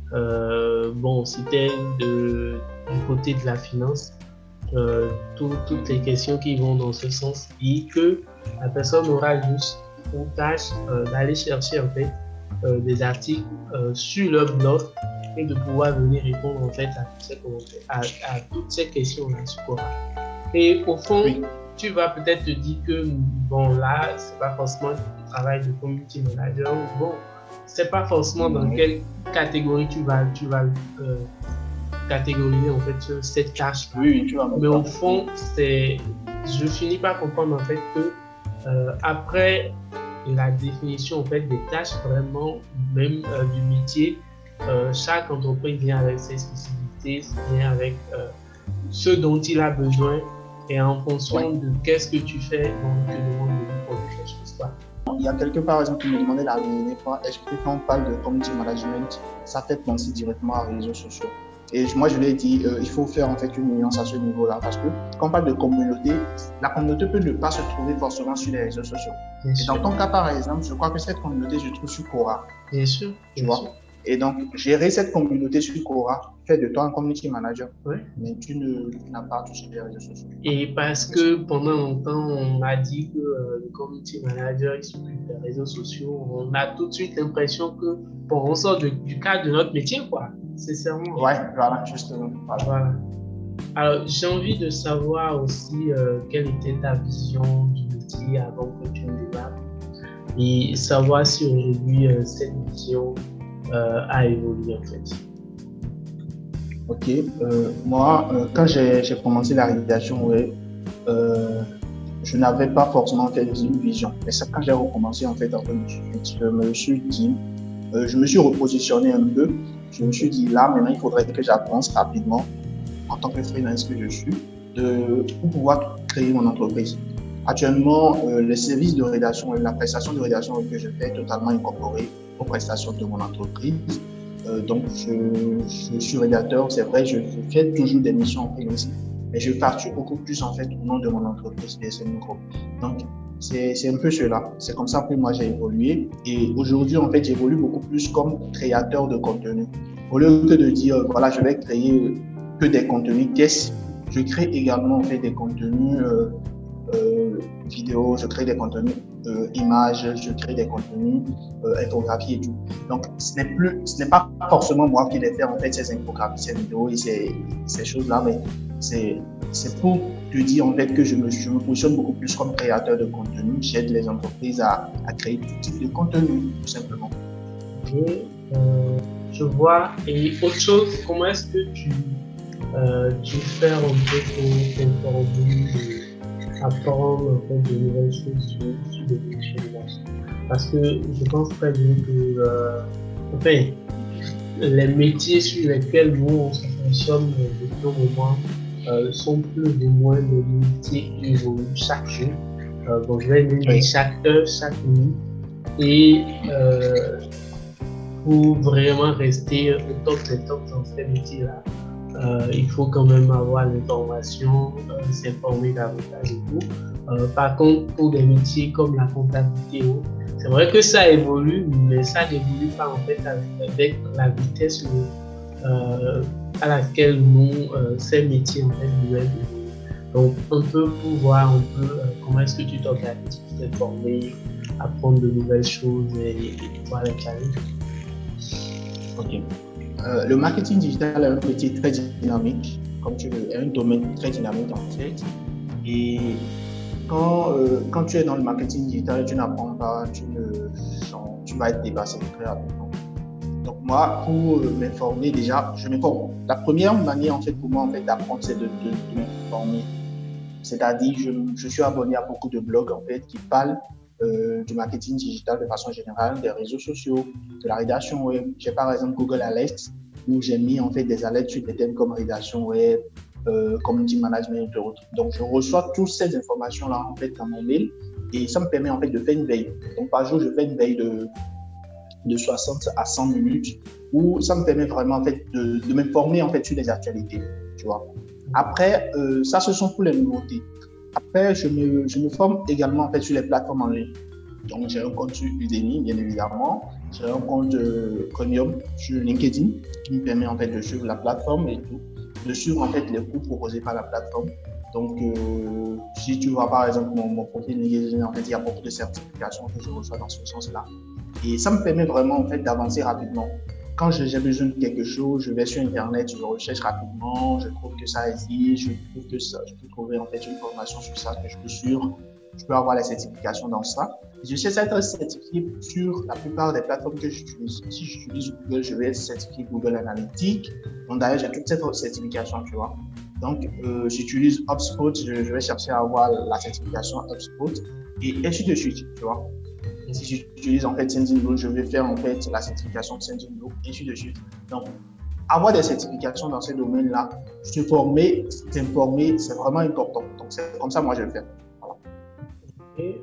Bon, c'était du côté de la finance, toutes les questions qui vont dans ce sens et que la personne aura juste pour tâche d'aller chercher en fait des articles sur leur blog et de pouvoir venir répondre en fait à toutes ces questions-là sur Quora. Et au fond, tu vas peut-être te dire que bon là, c'est pas forcément le travail de community manager. Bon, c'est pas forcément dans quelle catégorie tu vas catégoriser en fait cette tâche. Mais au fond, je finis par comprendre en fait que après la définition en fait des tâches vraiment même du métier, chaque entreprise vient avec ses spécificités, vient avec ce dont il a besoin. Et en fonction de qu'est-ce que tu fais, on te demande de lui produire quelque chose. Il y a quelqu'un, par exemple, qui me demandait la dernière fois, est-ce que quand on parle de community management, ça fait penser directement aux réseaux sociaux? Et moi, je lui ai dit, il faut faire en fait une nuance à ce niveau-là. Parce que quand on parle de communauté, la communauté peut ne pas se trouver forcément sur les réseaux sociaux. Et dans ton cas, par exemple, je crois que cette communauté se trouve sur Quora. Bien sûr. Tu vois? Et donc, gérer cette communauté sur Quora fait de toi un community manager, mais tu n'as pas touché les réseaux sociaux. Et parce que pendant longtemps, on a dit que le community manager il s'occupe des réseaux sociaux, on a tout de suite l'impression que bon, on sort du cadre de notre métier, quoi. Sincèrement. Ouais, voilà, justement. Voilà. Alors, j'ai envie de savoir aussi quelle était ta vision du métier avant que tu ne démarres et savoir si aujourd'hui cette vision a évolué en fait. Ok, moi, quand j'ai commencé la réalisation web, je n'avais pas forcément fait une vision. Mais c'est quand j'ai recommencé en fait en 2018, je me suis dit, je me suis repositionné un peu. Je me suis dit là, maintenant, il faudrait que j'avance rapidement en tant que freelance que je suis pour pouvoir créer mon entreprise. Actuellement, le service de rédaction et la prestation de rédaction que je fais est totalement incorporé aux prestations de mon entreprise. Donc, je suis rédacteur, c'est vrai, je fais toujours des missions en freelance, mais je facture beaucoup plus en fait au nom de mon entreprise BSM Group. Donc, c'est un peu cela. C'est comme ça que moi j'ai évolué. Et aujourd'hui, en fait, j'évolue beaucoup plus comme créateur de contenu. Au lieu que de dire, voilà, je vais créer que des contenus tests, je crée également en fait des contenus vidéo, je crée des contenus images, je crée des contenus, infographies et tout. Donc, ce n'est pas forcément moi qui les fais en fait ces infographies, ces vidéos et ces choses-là, mais c'est pour te dire en fait que je me positionne beaucoup plus comme créateur de contenu. J'aide les entreprises à créer tout type de contenu, tout simplement. Et, je vois. Et autre chose, comment est-ce que tu fais un peu pour t'informer et apprendre en fait, de nouvelles choses sur le marché? Parce que je pense très bien que les métiers sur lesquels nous on se positionne depuis un moment sont plus ou moins des métiers qui évoluent chaque jour. Donc je vais dire chaque heure, chaque minute. Et pour vraiment rester au top des tops dans ces métiers-là, il faut quand même avoir l'information, s'informer davantage et tout. Par contre, pour des métiers comme la comptabilité, c'est vrai que ça évolue, mais ça n'évolue pas en fait avec la vitesse à laquelle ces métiers en fait doivent évoluer. Donc, un peu pour voir un peu comment est-ce que tu t'organises pour t'informer, apprendre de nouvelles choses et voir les challenges. Ok. Le marketing digital est un métier très dynamique, comme tu veux, est un domaine très dynamique en fait. Et quand tu es dans le marketing digital, tu n'apprends pas, tu vas être dépassé très rapidement. Donc moi, pour m'informer déjà, je m'informe. La première manière en fait pour moi en fait d'apprendre, c'est de m'informer. C'est-à-dire, je suis abonné à beaucoup de blogs en fait qui parlent du marketing digital de façon générale, des réseaux sociaux, de la rédaction web. J'ai par exemple Google Alerts où j'ai mis en fait des alertes sur des thèmes comme rédaction web, community management et autres. Donc je reçois toutes ces informations là en fait dans mon mail et ça me permet en fait de faire une veille. Donc par jour je fais une veille de 60 à 100 minutes où ça me permet vraiment en fait de m'informer en fait sur les actualités, tu vois. Après ça ce sont pour les nouveautés. Après, je me forme également en fait sur les plateformes en ligne. Donc, j'ai un compte sur Udemy, bien évidemment. J'ai un compte Chromium sur LinkedIn qui me permet en fait de suivre la plateforme et tout, de suivre en fait les cours proposés par la plateforme. Donc, si tu vois par exemple mon profil LinkedIn, en fait, il y a beaucoup de certifications que je reçois dans ce sens-là. Et ça me permet vraiment en fait d'avancer rapidement. Quand j'ai besoin de quelque chose, je vais sur Internet, je recherche rapidement, je trouve que ça existe, je trouve que ça, je peux trouver en fait une formation sur ça que je peux suivre, je peux avoir les certifications dans ça. Je sais être certifié sur la plupart des plateformes que j'utilise. Si j'utilise Google, je vais être certifié Google Analytics. Donc d'ailleurs, j'ai toutes ces certifications, tu vois. Donc, j'utilise HubSpot, je vais chercher à avoir la certification HubSpot et ainsi de suite, tu vois. Et si j'utilise en fait Sendinblue, je vais faire en fait la certification de Sendinblue, et ainsi de suite. Donc, avoir des certifications dans ces domaines-là, se former, s'informer, c'est vraiment important. Donc, c'est comme ça, moi, je le fais. Voilà. Et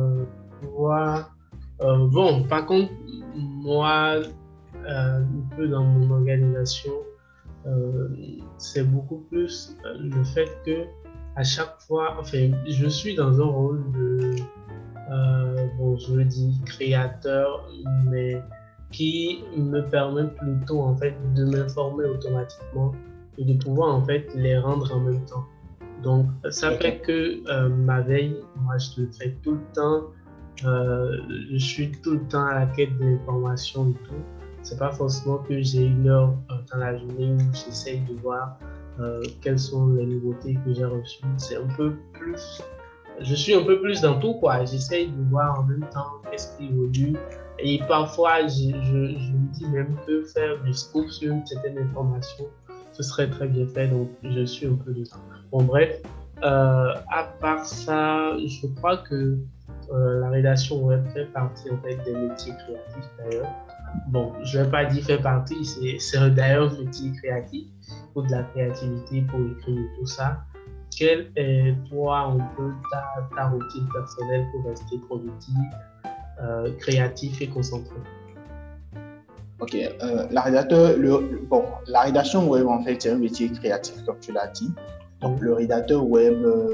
bon, par contre, moi, un peu dans mon organisation, c'est beaucoup plus le fait que à chaque fois, enfin, je suis dans un rôle de je le dis créateur, mais qui me permet plutôt en fait de m'informer automatiquement et de pouvoir en fait les rendre en même temps. Donc ça fait que ma veille, moi je le fais tout le temps, je suis tout le temps à la quête d'informations et tout. C'est pas forcément que j'ai une heure dans la journée où j'essaye de voir quelles sont les nouveautés que j'ai reçues. C'est un peu plus je suis un peu plus dans tout, quoi. J'essaye de voir en même temps qu'est-ce qui évolue. Et parfois, je me dis même que faire du scoop sur une certaine information, ce serait très bien fait. Donc, je suis un peu dedans. Bon, bref. À part ça, je crois que la rédaction web fait partie, en fait, des métiers créatifs, d'ailleurs. Bon, je ne vais pas dire fait partie, c'est d'ailleurs un métier créatif, pour de la créativité, pour écrire tout ça. Quelle est, toi, un peu ta routine personnelle pour rester productif, créatif et concentré? Ok, la rédaction web, en fait, c'est un métier créatif, comme tu l'as dit. Donc, le rédacteur web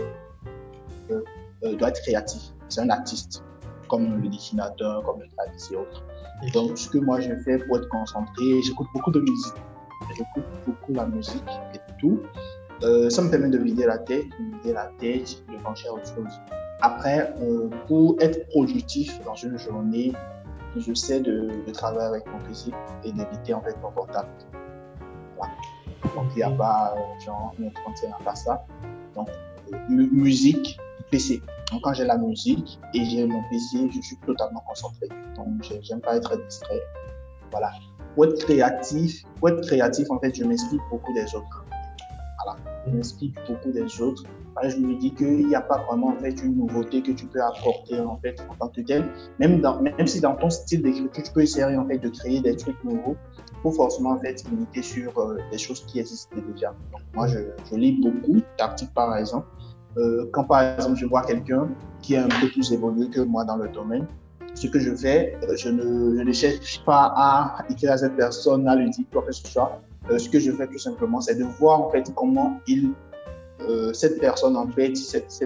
doit être créatif. C'est un artiste, comme le dessinateur, comme le graphiste et autres. Donc, ce que moi, je fais pour être concentré, j'écoute beaucoup de musique. J'écoute beaucoup la musique et tout. Ça me permet de vider la tête, de pencher à autre chose. Après, pour être productif dans une journée, j'essaie de travailler avec mon PC et d'éviter en fait mon portable. Voilà. Donc, il n'y a pas, genre, une autre frontière à part ça. Donc, musique, PC. Donc, quand j'ai la musique et j'ai mon PC, je suis totalement concentré. Donc, j'aime pas être distrait. Voilà. Pour être créatif, en fait, je m'inspire beaucoup des autres. Voilà. Je m'inspire beaucoup des autres. Je me dis qu'il n'y a pas vraiment en fait une nouveauté que tu peux apporter en fait en tant que tel. Même si dans ton style d'écriture, tu peux essayer en fait de créer des trucs nouveaux, il faut forcément en fait limiter sur des choses qui existent déjà. Donc moi, je lis beaucoup d'articles par exemple. Quand par exemple je vois quelqu'un qui est un peu plus évolué que moi dans le domaine, ce que je fais, je ne cherche pas à écrire à cette personne, à lui dire quoi que ce soit. Ce que je fais tout simplement, c'est de voir en fait comment cette personne en fait,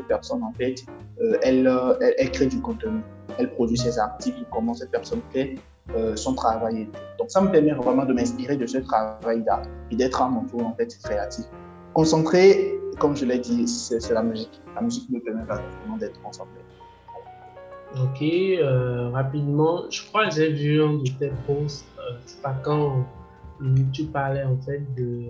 elle crée du contenu, elle produit ses articles, comment cette personne fait son travail. Donc ça me permet vraiment de m'inspirer de ce travail-là et d'être à mon tour en fait créatif. Concentré, comme je l'ai dit, c'est la musique. La musique me permet vraiment d'être concentré. Ok, rapidement, je crois que j'ai vu un de tes posts, c'est pas quand tu parlais en fait de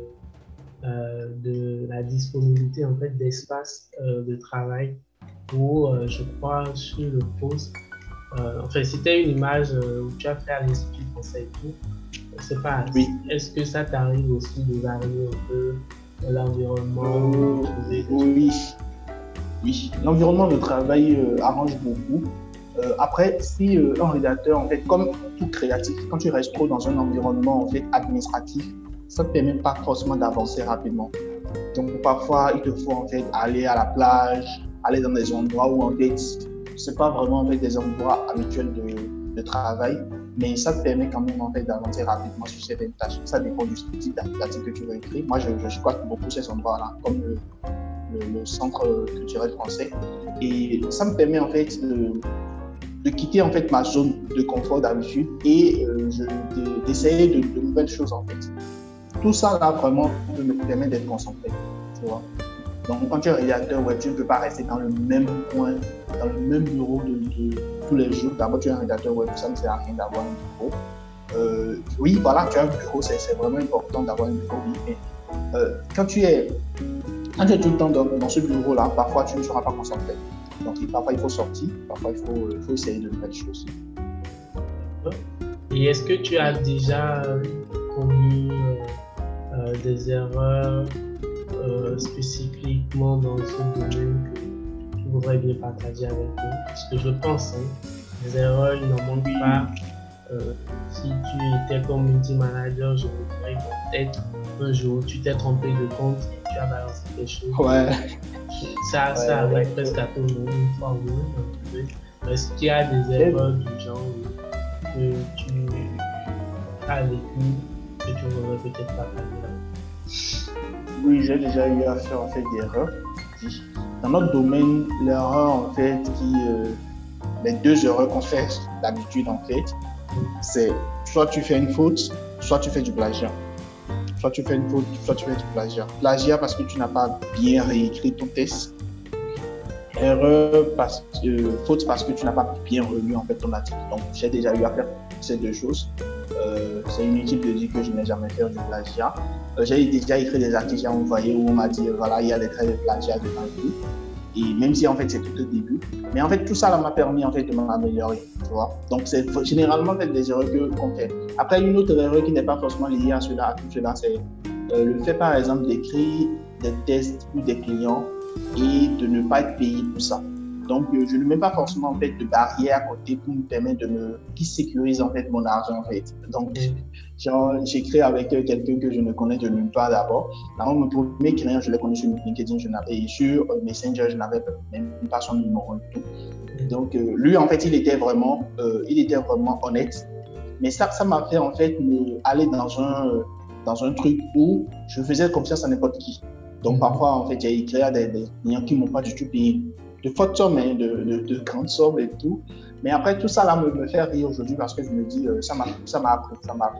la disponibilité en fait d'espace de travail où je crois sur le post, enfin c'était une image où tu as fait à l'Institut français et tout. Je sais pas, oui. Est-ce que ça t'arrive aussi de varier un peu l'environnement? Oui, l'environnement de travail arrange beaucoup. Après, si un rédacteur, en fait, comme tout créatif, quand tu restes trop dans un environnement en fait administratif, ça ne te permet pas forcément d'avancer rapidement. Donc parfois, il te faut en fait aller à la plage, aller dans des endroits où en fait, c'est pas vraiment en fait des endroits habituels de travail, mais ça te permet quand même en fait d'avancer rapidement sur certaines tâches. Ça dépend du type d'article que tu veux écrire. Moi, je squatte beaucoup ces endroits-là, comme le Centre culturel français, et ça me permet en fait de quitter en fait ma zone de confort d'habitude et d'essayer de nouvelles choses en fait. Tout ça là vraiment me permet d'être concentré, tu vois. Donc quand tu es rédacteur web, tu ne peux pas rester dans le même coin, dans le même bureau de tous les jours. D'abord tu es un rédacteur web, ça ne sert à rien d'avoir un bureau. Oui, voilà, tu as un bureau, c'est vraiment important d'avoir un bureau, oui, mais quand tu es tout le temps dans ce bureau là, parfois tu ne seras pas concentré. Donc parfois il faut sortir, parfois il faut essayer de nouvelles choses. Et est-ce que tu as déjà commis des erreurs spécifiquement dans ce domaine que tu voudrais bien partager avec nous? Parce que je pense, les erreurs, il n'en manque pas. Si tu étais community manager, je me dirais que peut-être un jour tu t'es trompé de compte et tu as balancé quelque chose. Ouais. Ça arrive presque à tout le monde, une fois ou deux. Est-ce qu'il y a des erreurs du genre que tu as vécu, que tu voudrais peut-être partager là? Oui, j'ai déjà eu à faire en fait des erreurs. Dans notre domaine, l'erreur en fait les deux erreurs qu'on fait d'habitude en fait, c'est soit tu fais une faute, soit tu fais du plagiat. Soit tu fais une faute, soit tu fais du plagiat. Plagiat parce que tu n'as pas bien réécrit ton test. Faute parce que tu n'as pas bien relu en fait ton article. Donc j'ai déjà eu à faire ces deux choses. C'est inutile de dire que je n'ai jamais fait du plagiat. J'ai déjà écrit des articles à envoyer où on m'a dit voilà, il y a des traits de plagiat dedans et tout. Et même si en fait c'est tout au début, mais en fait tout ça m'a permis en fait de m'améliorer, tu vois. Donc c'est généralement en fait, des erreurs qu'on fait. Après une autre erreur qui n'est pas forcément liée à tout cela, c'est le fait par exemple d'écrire des tests pour des clients et de ne pas être payé pour ça. Donc je ne mets pas forcément en fait de barrière à côté pour me permettre qui sécurise en fait mon argent en fait. Donc j'écris avec quelqu'un que je ne connais de nulle part d'abord. Dans mon premier client, je l'ai connu sur LinkedIn, et sur Messenger, je n'avais même pas son numéro et tout. Donc lui en fait il était vraiment honnête. Mais ça m'a fait en fait aller dans un truc où je faisais confiance à n'importe qui. Donc parfois en fait j'ai écrit à des clients qui m'ont pas du tout payé de fortes sommes, de grandes sommes et tout. Mais après tout ça là me fait rire aujourd'hui parce que je me dis ça m'a appris.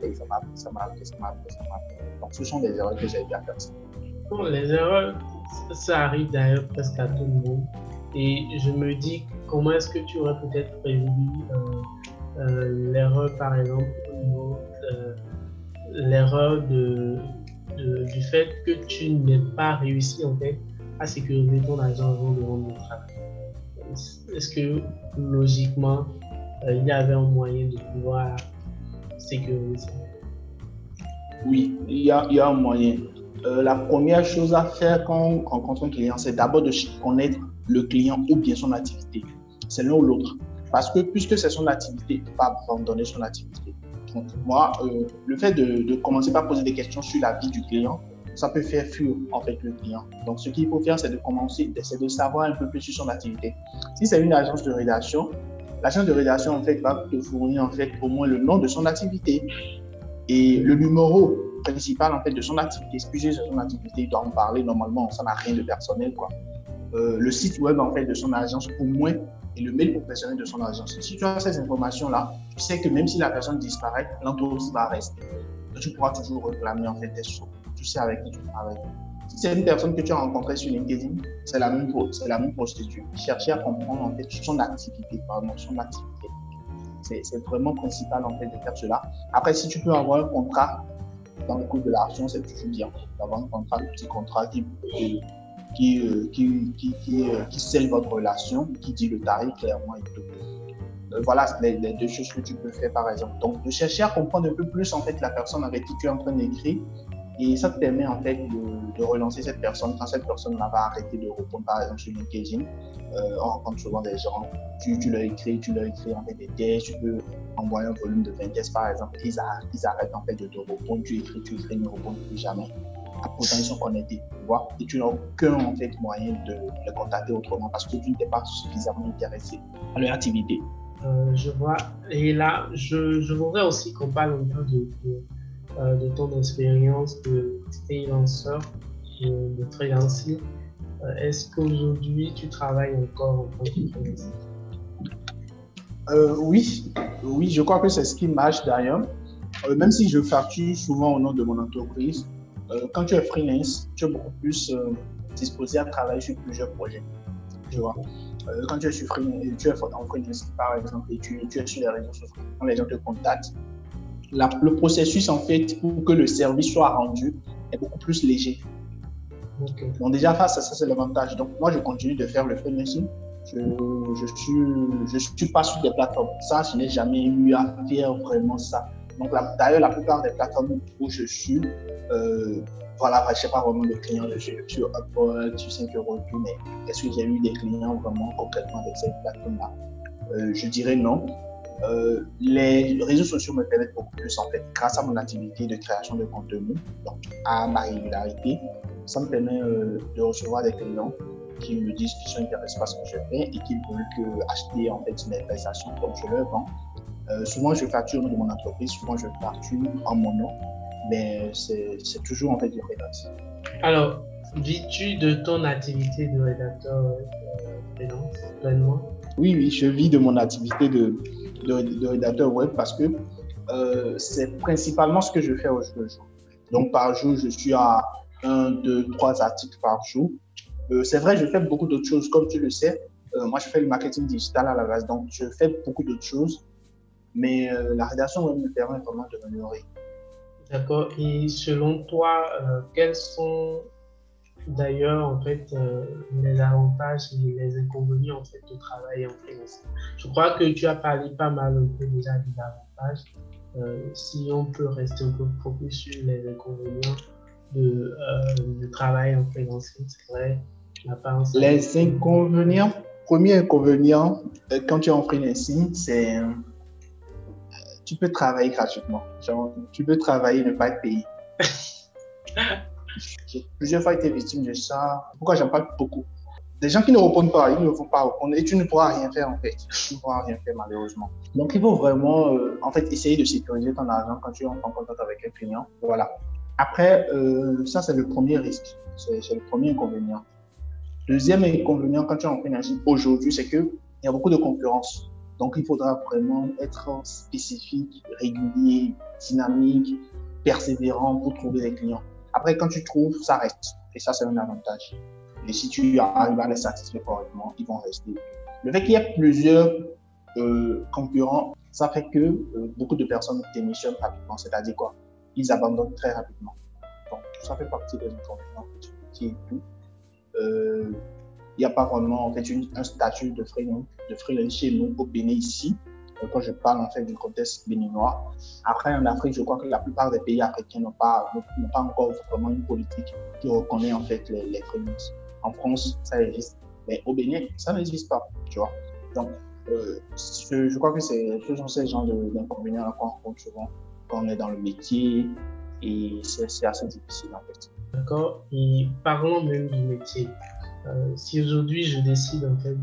Donc ce sont des erreurs que j'ai bien faites. Bon, les erreurs, ça arrive d'ailleurs presque à tout le monde. Et je me dis, comment est-ce que tu aurais peut-être prévenu l'erreur, par exemple, au niveau, l'erreur du fait que tu n'aies pas réussi en fait à sécuriser ton argent avant de rendre le travail. Est-ce que logiquement, il y avait un moyen de pouvoir sécuriser ça? Oui, il y a un moyen. La première chose à faire quand on rencontre un client, c'est d'abord de connaître le client ou bien son activité. C'est l'un ou l'autre. Parce que puisque c'est son activité, il ne peut pas abandonner son activité. Donc, moi, le fait de commencer par poser des questions sur la vie du client, ça peut faire fuir en fait le client. Donc, ce qu'il faut faire, c'est de savoir un peu plus sur son activité. Si c'est une agence de rédaction, l'agence de rédaction en fait va te fournir en fait au moins le nom de son activité et le numéro principal en fait de son activité. Puisque c'est son activité, il doit en parler normalement. Ça n'a rien de personnel, quoi. Le site web en fait de son agence au moins et le mail professionnel de son agence. Si tu as ces informations-là, tu sais que même si la personne disparaît, l'entreprise va rester. Donc, tu pourras toujours réclamer en fait tes sous. Tu sais avec qui tu travailles. Si c'est une personne que tu as rencontrée sur LinkedIn, c'est la même procédure. Chercher à comprendre en fait son activité, son activité. C'est vraiment principal en fait de faire cela. Après, si tu peux avoir un contrat dans le cours de l'argent, c'est toujours bien d'avoir un contrat, un petit contrat qui scelle votre relation, qui dit le tarif clairement et tout. Voilà les deux choses que tu peux faire par exemple. Donc, de chercher à comprendre un peu plus en fait la personne avec qui tu es en train d'écrire et ça te permet en fait de relancer cette personne quand cette personne va arrêter de répondre par exemple sur LinkedIn. On rencontre souvent des gens, tu leur écris en fait des tests, tu peux envoyer un volume de 20 tests par exemple, ils arrêtent en fait de te répondre, tu écris, ils ne répondent plus jamais. Pourtant, ils sont connectés, tu vois, et tu n'as aucun en fait, moyen de les contacter autrement parce que tu n'es pas suffisamment intéressé à leur activité. Je vois. Et là, je voudrais aussi qu'on parle un peu de ton expérience de freelanceur, de freelancier. Est-ce qu'aujourd'hui, tu travailles encore en tant que freelanceur? Oui, je crois que c'est ce qui marche d'ailleurs. Même si je facture souvent au nom de mon entreprise, quand tu es freelance, tu es beaucoup plus disposé à travailler sur plusieurs projets. Tu vois, quand tu es en freelance, par exemple, et tu es sur les réseaux sociaux, quand les gens te contactent, le processus, en fait, pour que le service soit rendu, est beaucoup plus léger. Okay. Donc, déjà, face à ça, c'est l'avantage. Donc, moi, je continue de faire le freelancing. Je suis pas sur des plateformes. Ça, je n'ai jamais eu à faire vraiment ça. Donc, d'ailleurs, la plupart des plateformes où je suis, voilà, je n'ai pas vraiment de clients sur Upwork, sur 5 euros, mais est-ce que j'ai eu des clients vraiment concrètement avec cette plateforme-là? Je dirais non. Les réseaux sociaux me permettent beaucoup plus, en fait, grâce à mon activité de création de contenu, donc à ma régularité, ça me permet de recevoir des clients qui me disent qu'ils sont intéressés par ce que je fais et qu'ils veulent acheter en fait mes prestations comme je leur vends. Souvent, je facture au nom de mon entreprise, souvent je facture en mon nom, mais c'est toujours en fait du freelance. Alors, vis-tu de ton activité de rédacteur freelance pleinement? Oui, je vis de mon activité de rédacteur web parce que c'est principalement ce que je fais au jour le jour. Donc, par jour, je suis à 1, 2, 3 articles par jour. C'est vrai, je fais beaucoup d'autres choses, comme tu le sais. Moi, je fais le marketing digital à la base, donc je fais beaucoup d'autres choses. Mais la rédaction web me permet vraiment de m'améliorer. D'accord. Et selon toi, quels sont d'ailleurs en fait les avantages et les inconvénients en fait de travailler en freelance? Je crois que tu as parlé pas mal un peu déjà des avantages. Si on peut rester un peu focus sur les inconvénients de travail en freelance, c'est vrai. Les inconvénients, premier inconvénient quand tu es en freelancing, c'est tu peux travailler gratuitement. Genre, tu peux travailler et ne pas être payé. J'ai plusieurs fois été victime de ça. Pourquoi j'en parle beaucoup? Des gens qui ne répondent pas, ils ne vont pas répondre et tu ne pourras rien faire en fait. Tu ne pourras rien faire malheureusement. Donc il faut vraiment en fait essayer de sécuriser ton argent quand tu entres en contact avec un client. Voilà. Après, ça c'est le premier risque. C'est le premier inconvénient. Deuxième inconvénient quand tu es en freelancing aujourd'hui, c'est qu'il y a beaucoup de concurrence. Donc, il faudra vraiment être spécifique, régulier, dynamique, persévérant pour trouver des clients. Après, quand tu trouves, ça reste. Et ça, c'est un avantage. Et si tu arrives à les satisfaire correctement, ils vont rester. Le fait qu'il y ait plusieurs concurrents, ça fait que beaucoup de personnes démissionnent rapidement. C'est-à-dire quoi? Ils abandonnent très rapidement. Donc, ça fait partie des inconvénients du métier et tout. Il n'y a pas vraiment en fait, un statut de freelance chez nous au Bénin ici. Quand je parle en fait du contexte béninois. Après, en Afrique, je crois que la plupart des pays africains n'ont pas encore vraiment une politique qui reconnaît en fait les freelances. En France, ça existe, mais au Bénin, ça n'existe pas, tu vois. Donc, je crois que ce sont ces genres d'inconvénients qu'on rencontre souvent quand on est dans le métier et c'est assez difficile en fait. D'accord. Et parlons même du métier. Si aujourd'hui je décide en fait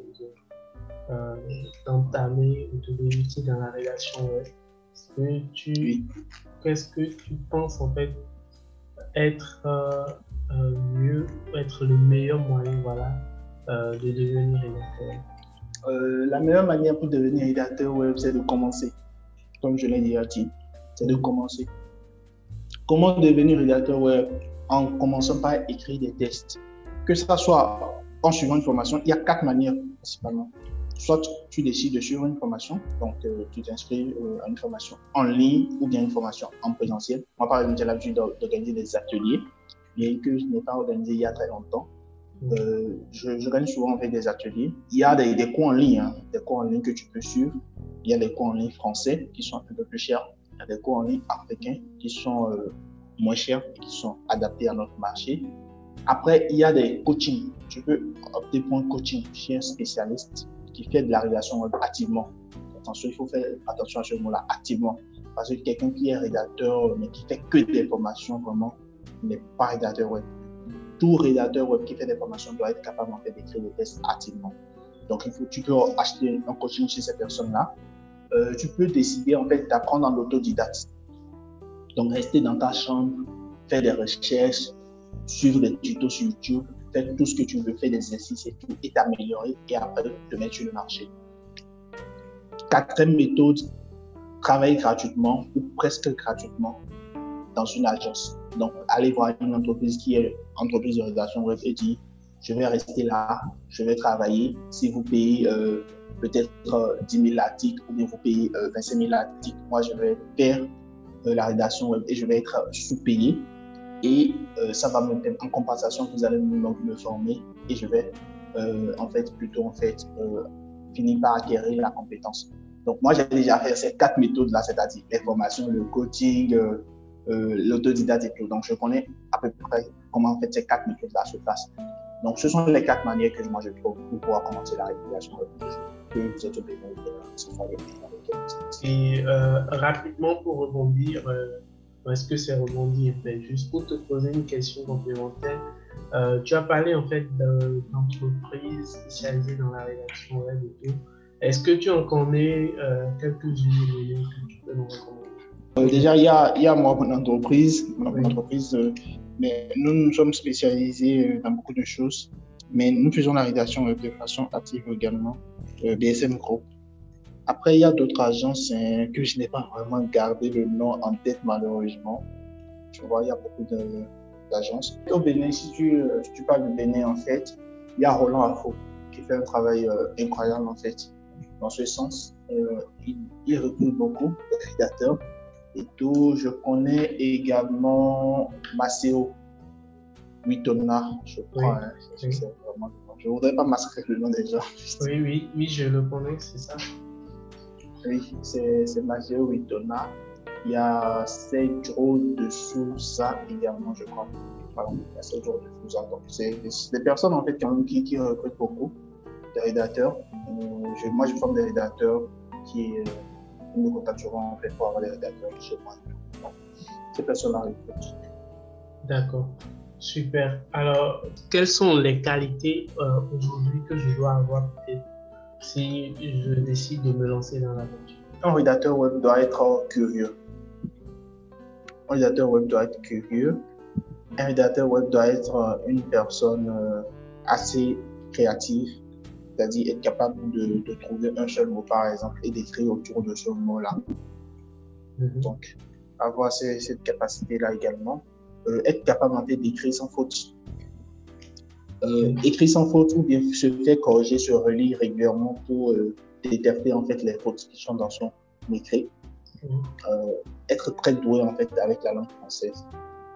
d'entamer ou de débuter dans la rédaction web, qu'est-ce que tu penses en fait être le meilleur moyen de devenir rédacteur? La meilleure manière pour devenir rédacteur web, c'est de commencer. Comme je l'ai déjà dit, c'est de commencer. Comment devenir rédacteur web? En commençant par écrire des tests. Que ce soit en suivant une formation, il y a 4 manières principalement. Soit tu décides de suivre une formation, donc tu t'inscris à une formation en ligne ou bien une formation en présentiel. Moi, par exemple, j'ai l'habitude d'organiser des ateliers, bien que je n'ai pas organisé il y a très longtemps. Je gagne souvent avec des ateliers. Il y a des cours en ligne, des cours en ligne que tu peux suivre. Il y a des cours en ligne français qui sont un peu plus chers. Il y a des cours en ligne africains qui sont moins chers et qui sont adaptés à notre marché. Après, il y a des coachings. Tu peux opter pour un coaching chez un spécialiste qui fait de la rédaction web activement. Attention, il faut faire attention à ce mot-là, activement. Parce que quelqu'un qui est rédacteur, mais qui fait que des formations, vraiment, n'est pas rédacteur web. Tout rédacteur web qui fait des formations doit être capable en fait, d'écrire des tests activement. Donc, tu peux acheter un coaching chez ces personnes-là. Tu peux décider en fait d'apprendre en autodidacte. Donc, rester dans ta chambre, faire des recherches, suivre des tutos sur YouTube, faire tout ce que tu veux, faire des exercices et tout, et t'améliorer et après te mettre sur le marché. 4e méthode, travailler gratuitement ou presque gratuitement dans une agence. Donc, aller voir une entreprise qui est entreprise de rédaction web et dire je vais rester là, je vais travailler. Si vous payez peut-être 10 000 articles ou bien vous payez 25 000 articles, moi je vais faire la rédaction web et je vais être sous-payé. Et ça va me permettre, en compensation, vous allez me former et je vais finir par acquérir la compétence. Donc, moi, j'ai déjà fait ces 4 méthodes-là, c'est-à-dire les formations, le coaching, l'autodidacte et tout. Donc, je connais à peu près comment en fait, ces 4 méthodes-là se passent. Donc, ce sont les 4 manières que moi, je trouve pour pouvoir commencer la rédaction web. Que vous êtes obligé Et rapidement, pour rebondir, est-ce que c'est rebondir? Juste pour te poser une question complémentaire, tu as parlé en fait d'entreprises spécialisées dans la rédaction web et tout. Est-ce que tu en connais quelques-unes que tu peux nous recommander? Déjà, il y a mon entreprise, mais nous sommes spécialisés dans beaucoup de choses, mais nous faisons la rédaction web de façon active également, BSM Group. Après, il y a d'autres agences que je n'ai pas vraiment gardé le nom en tête malheureusement. Tu vois, il y a beaucoup d'agences. Au Bénin, si tu parles du Bénin, en fait, il y a Roland Afo qui fait un travail incroyable en fait. Dans ce sens, il recrute beaucoup de rédacteurs et tout. Je connais également Maceo Witona, je crois. Oui. Je ne voudrais pas massacrer le nom des gens. Oui, je le connais, c'est ça. Oui, c'est Maceo Witona. Il y a Cedro de Souza également, je crois. Pardon, il y a Cedro de Souza. Donc, c'est des personnes en fait qui recrutent beaucoup de rédacteurs. Moi, je forme des rédacteurs qui me contacteront en fait pour avoir des rédacteurs chez moi. Donc, ces personnes-là recrutent. D'accord, super. Alors, quelles sont les qualités aujourd'hui que je dois avoir peut-être si je décide de me lancer dans l'aventure? Un rédacteur web doit être curieux. Un rédacteur web doit être curieux. Un rédacteur web doit être une personne assez créative, c'est-à-dire être capable de trouver un seul mot par exemple et d'écrire autour de ce mot-là. Donc, avoir cette capacité-là également. Être capable en fait d'écrire sans faute. écrit sans faute ou bien se fait corriger, se relit régulièrement pour détecter en fait les fautes qui sont dans son écrit. Être très doué en fait avec la langue française.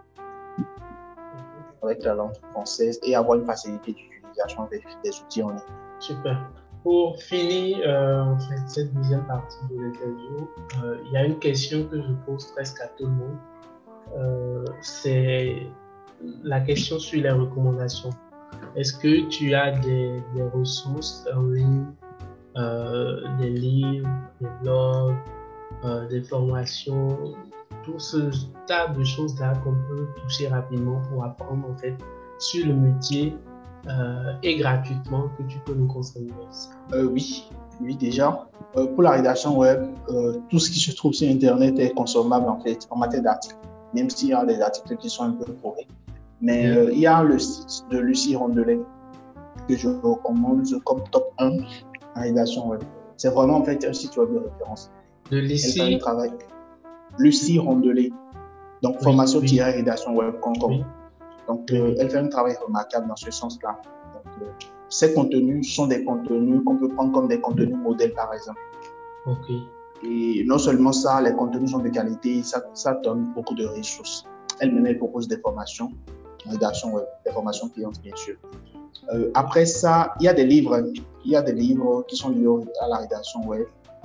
Et avoir une facilité d'utilisation des outils en ligne. Super. Pour finir en fait, cette deuxième partie de l'interview, il y a une question que je pose presque à tout le monde. C'est la question sur les recommandations. Est-ce que tu as des ressources en ligne, des livres, des blogs, des formations, tout ce tas de choses-là qu'on peut toucher rapidement pour apprendre en fait sur le métier et gratuitement que tu peux nous conseiller? Oui, déjà. Pour la rédaction web, tout ce qui se trouve sur Internet est consommable en fait en matière d'articles, même s'il y a des articles qui sont un peu pourris. Mais il y a le site de Lucie Rondelet que je recommande comme top 1 en rédaction web. C'est vraiment en fait un site web de référence. De Lucie? Elle fait un travail. Lucie Rondelet, donc formation-rédaction web.com. Oui. Donc, elle fait un travail remarquable dans ce sens-là. Donc, ces contenus sont des contenus qu'on peut prendre comme des contenus modèles, par exemple. Ok. Et non seulement ça, les contenus sont de qualité, ça donne beaucoup de ressources. Elle-même, elle propose des formations en rédaction web, des formations payantes, bien sûr. Après ça, il y a des livres. Il y a des livres qui sont liés à la rédaction web.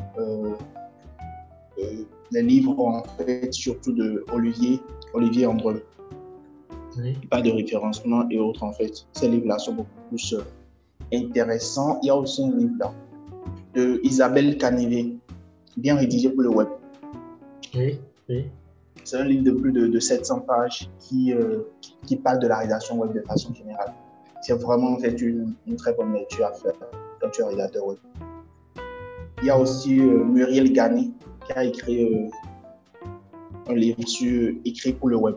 Les livres, en fait, surtout de Olivier Andreu. Oui. Pas de référencement et autres, en fait. Ces livres-là sont beaucoup plus intéressants. Il y a aussi un livre là de Isabelle Canivet, bien rédigé pour le web. Oui. C'est un livre de plus de 700 pages qui parle de la rédaction web de façon générale. C'est vraiment en fait une très bonne lecture à faire quand tu es rédacteur web. Il y a aussi Muriel Gagné qui a écrit un livre sur écrit pour le web.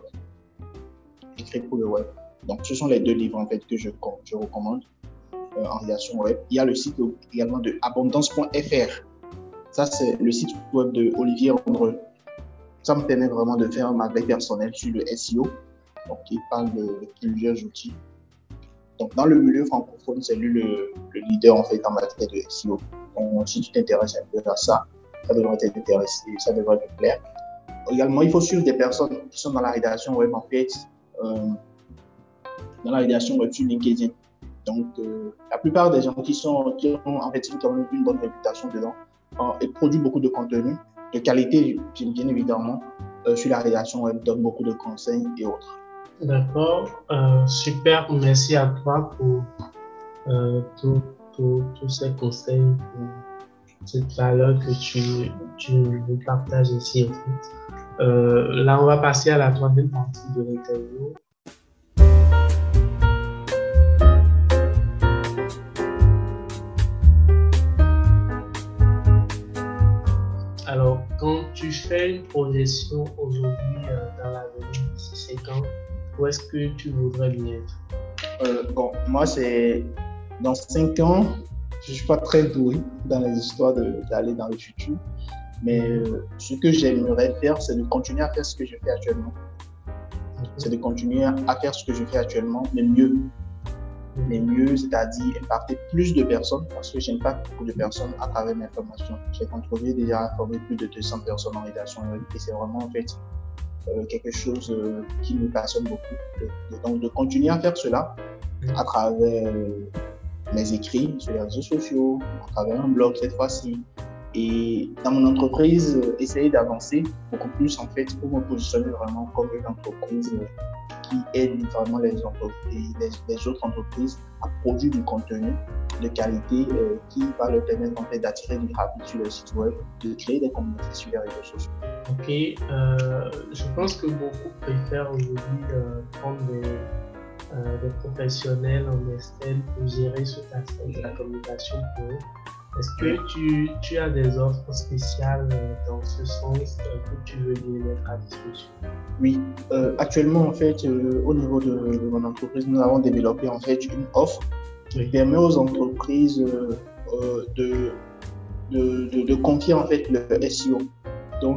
Donc, ce sont les deux livres en fait que je recommande en rédaction web. Il y a le site également de abondance.fr. Ça, c'est le site web de Olivier Andreu. Ça me permet vraiment de faire ma veille personnelle sur le SEO. Donc, il parle de plusieurs outils. Donc, dans le milieu francophone, c'est lui le leader en fait en matière de SEO. Donc, si tu t'intéresses un peu à ça, ça devrait t'intéresser, ça devrait te plaire. Également, il faut suivre des personnes qui sont dans la rédaction web en fait. Dans la rédaction web sur LinkedIn. Donc, la plupart des gens qui ont en fait quand même une bonne réputation dedans et produisent beaucoup de contenu de qualité, bien évidemment, sur la rédaction web, donnent beaucoup de conseils et autres. D'accord, super, merci à toi pour tous ces conseils, pour cette valeur que tu nous partages ici en fait. Là, on va passer à la troisième partie de l'interview. Alors, quand tu fais une projection aujourd'hui dans l'avenir, d'ici 5 ans, où est-ce que tu voudrais bien être? Moi, c'est dans 5 ans, je ne suis pas très doué dans les histoires d'aller dans le futur. Mais ce que j'aimerais faire, c'est de continuer à faire ce que je fais actuellement. C'est de continuer à faire ce que je fais actuellement, mais mieux. Mais mieux, c'est-à-dire impacter plus de personnes, parce que j'impacte beaucoup de personnes à travers mes formations. J'ai contribué déjà à former plus de 200 personnes en rédaction web, et c'est vraiment en fait quelque chose qui me passionne beaucoup. Donc, de continuer à faire cela à travers mes écrits sur les réseaux sociaux, à travers un blog cette fois-ci. Et dans mon entreprise, essayer d'avancer beaucoup plus en fait pour me positionner vraiment comme une entreprise qui aide vraiment les autres entreprises à produire du contenu de qualité qui va leur permettre en fait d'attirer du trafic sur le site web, de créer des communautés sur les réseaux sociaux. Ok, je pense que beaucoup préfèrent aujourd'hui prendre des professionnels en externe pour gérer cet aspect de la communication pour eux. Est-ce que tu as des offres spéciales dans ce sens que tu veux bien mettre à disposition? Oui, actuellement en fait, au niveau de mon entreprise, nous avons développé en fait une offre qui permet aux entreprises de confier en fait le SEO. Donc,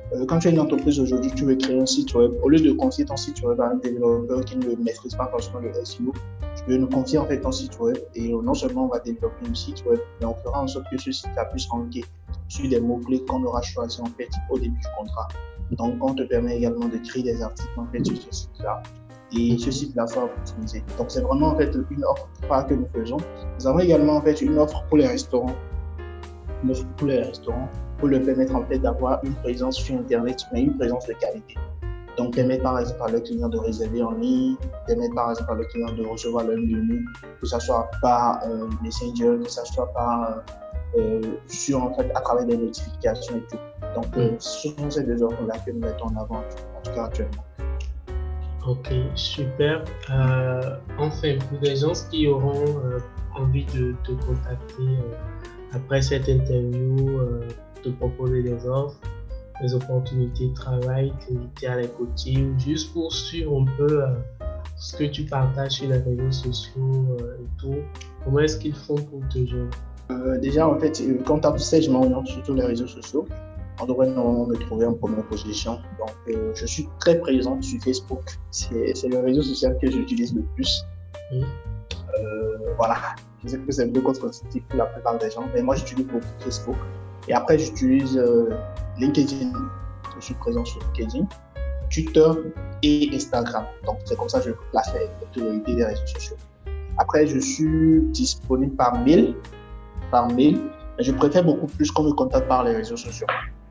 Quand tu es une entreprise aujourd'hui, tu veux créer un site web, au lieu de confier ton site web à un développeur qui ne maîtrise pas forcément le SEO, tu peux nous confier en fait ton site web et non seulement on va développer un site web, mais on fera en sorte que ce site puisse ranker sur des mots-clés qu'on aura choisis en fait au début du contrat. Donc, on te permet également de créer des articles en fait sur ce site-là et ce site-là sera optimisé. Donc, c'est vraiment en fait une offre que nous faisons. Nous avons également en fait une offre pour les restaurants. Une offre pour les restaurants pour leur permettre en fait d'avoir une présence sur Internet, mais une présence de qualité. Donc, permettre par exemple à leurs clients de réserver en ligne, permettre par exemple à leurs clients de recevoir leur menu, que ce soit par Messenger, que ce soit par sur en fait à travers des notifications et tout. Donc, ce sont ces deux offres-là que nous mettons en avant, en tout cas actuellement. Ok, super. Enfin, pour les gens qui auront envie de te contacter après cette interview, te proposer des offres, des opportunités de travail, t'inviter à les coacher ou juste pour suivre un peu ce que tu partages sur les réseaux sociaux et tout, comment est-ce qu'ils font pour te joindre? Déjà, en fait, quand tu as Serge Marion sur tous les réseaux sociaux, on devrait normalement me trouver en première position. Donc, je suis très présent sur Facebook. C'est le réseau social que j'utilise le plus. Voilà. Je sais que c'est un peu contre-intuitif pour la plupart des gens, mais moi, j'utilise beaucoup Facebook. Et après, j'utilise LinkedIn. Je suis présent sur LinkedIn, Twitter et Instagram. Donc, c'est comme ça que je place les priorités des réseaux sociaux. Après, je suis disponible par mail. Je préfère beaucoup plus qu'on me contacte par les réseaux sociaux.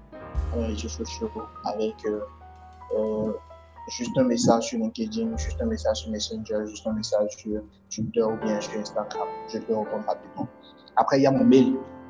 Avec juste un message sur LinkedIn, juste un message sur Messenger, juste un message sur Twitter ou bien sur Instagram. Je peux répondre rapidement. Après, il y a mon mail,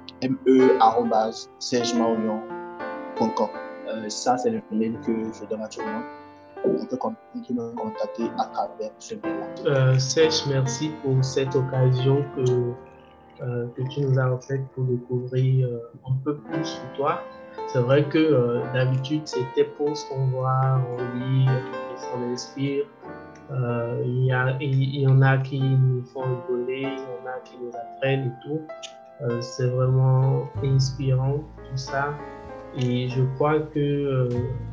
me@sergemaurion.com. Ça, c'est le mail que je donne à tout le monde. On peut me contacter à travers ce mail-là. Serge, merci pour cette occasion que tu nous as offerte pour découvrir un peu plus sur toi. C'est vrai que d'habitude, c'est tes posts qu'on voit, on lit, et ça m'inspire. Il y en a qui nous font rigoler, il y en a qui nous apprennent et tout. C'est vraiment inspirant tout ça. Et je crois que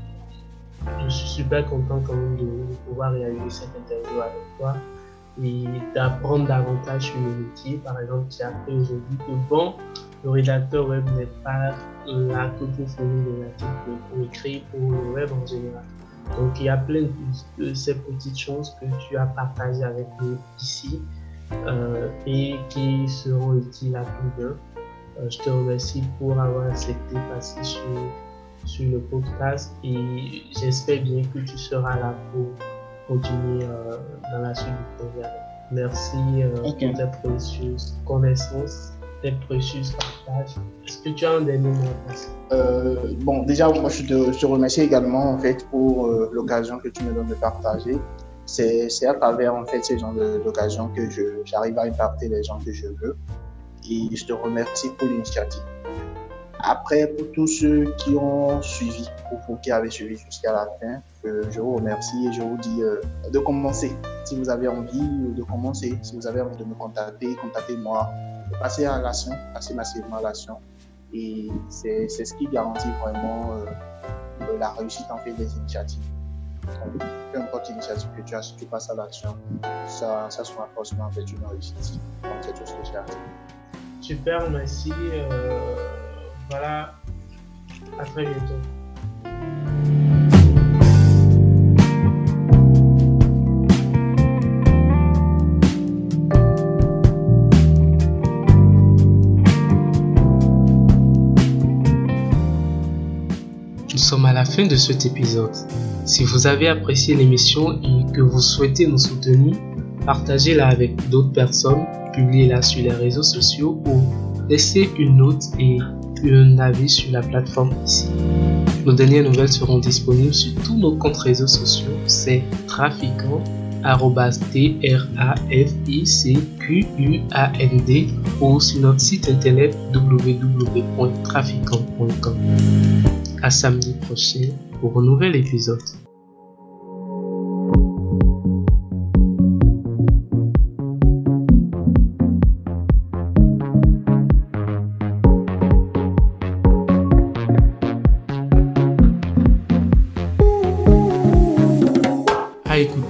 je suis super content quand même de pouvoir réaliser cette interview avec toi et d'apprendre davantage sur le métier. Par exemple, tu as appris aujourd'hui que bon, le rédacteur web n'est pas là que pour fournir des articles, mais pour écrire pour le web en général. Donc il y a plein de ces petites choses que tu as partagées avec nous ici et qui seront utiles à tout le monde. Je te remercie pour avoir accepté de passer sur le podcast et j'espère bien que tu seras là pour continuer dans la suite du projet. Merci pour tes précieuses connaissances, tes précieux partages. Est-ce que tu as un dernier mot à passer? Bon, déjà, moi, je te remercie également en fait pour l'occasion que tu me donnes de partager. C'est à travers en fait ces genres d'occasions que j'arrive à impacter les gens que je veux. Et je te remercie pour l'initiative. Après, pour tous ceux qui ont suivi, pour vous qui avez suivi jusqu'à la fin, je vous remercie et je vous dis de commencer. Si vous avez envie de commencer, si vous avez envie de me contacter, contactez-moi. Passez à l'action, passez massivement à l'action. Et c'est ce qui garantit vraiment la réussite en fait des initiatives. Donc, peu importe l'initiative que tu as, si tu passes à l'action, ça sera forcément en fait une réussite. Donc, c'est tout ce que j'ai à dire. Super, merci. Voilà, à très bientôt. Nous sommes à la fin de cet épisode. Si vous avez apprécié l'émission et que vous souhaitez nous soutenir, partagez-la avec d'autres personnes, publiez-la sur les réseaux sociaux ou laissez une note et un avis sur la plateforme ici. Nos dernières nouvelles seront disponibles sur tous nos comptes réseaux sociaux, c'est trafiquant, @trafiquand ou sur notre site internet www.trafiquant.com. À samedi prochain pour un nouvel épisode.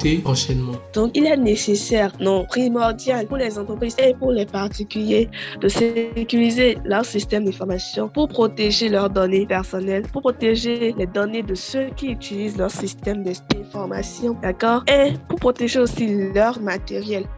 côté enchaînement. Donc, il est nécessaire, non primordial pour les entreprises et pour les particuliers de sécuriser leur système d'information pour protéger leurs données personnelles, pour protéger les données de ceux qui utilisent leur système d'information, d'accord? Et pour protéger aussi leur matériel.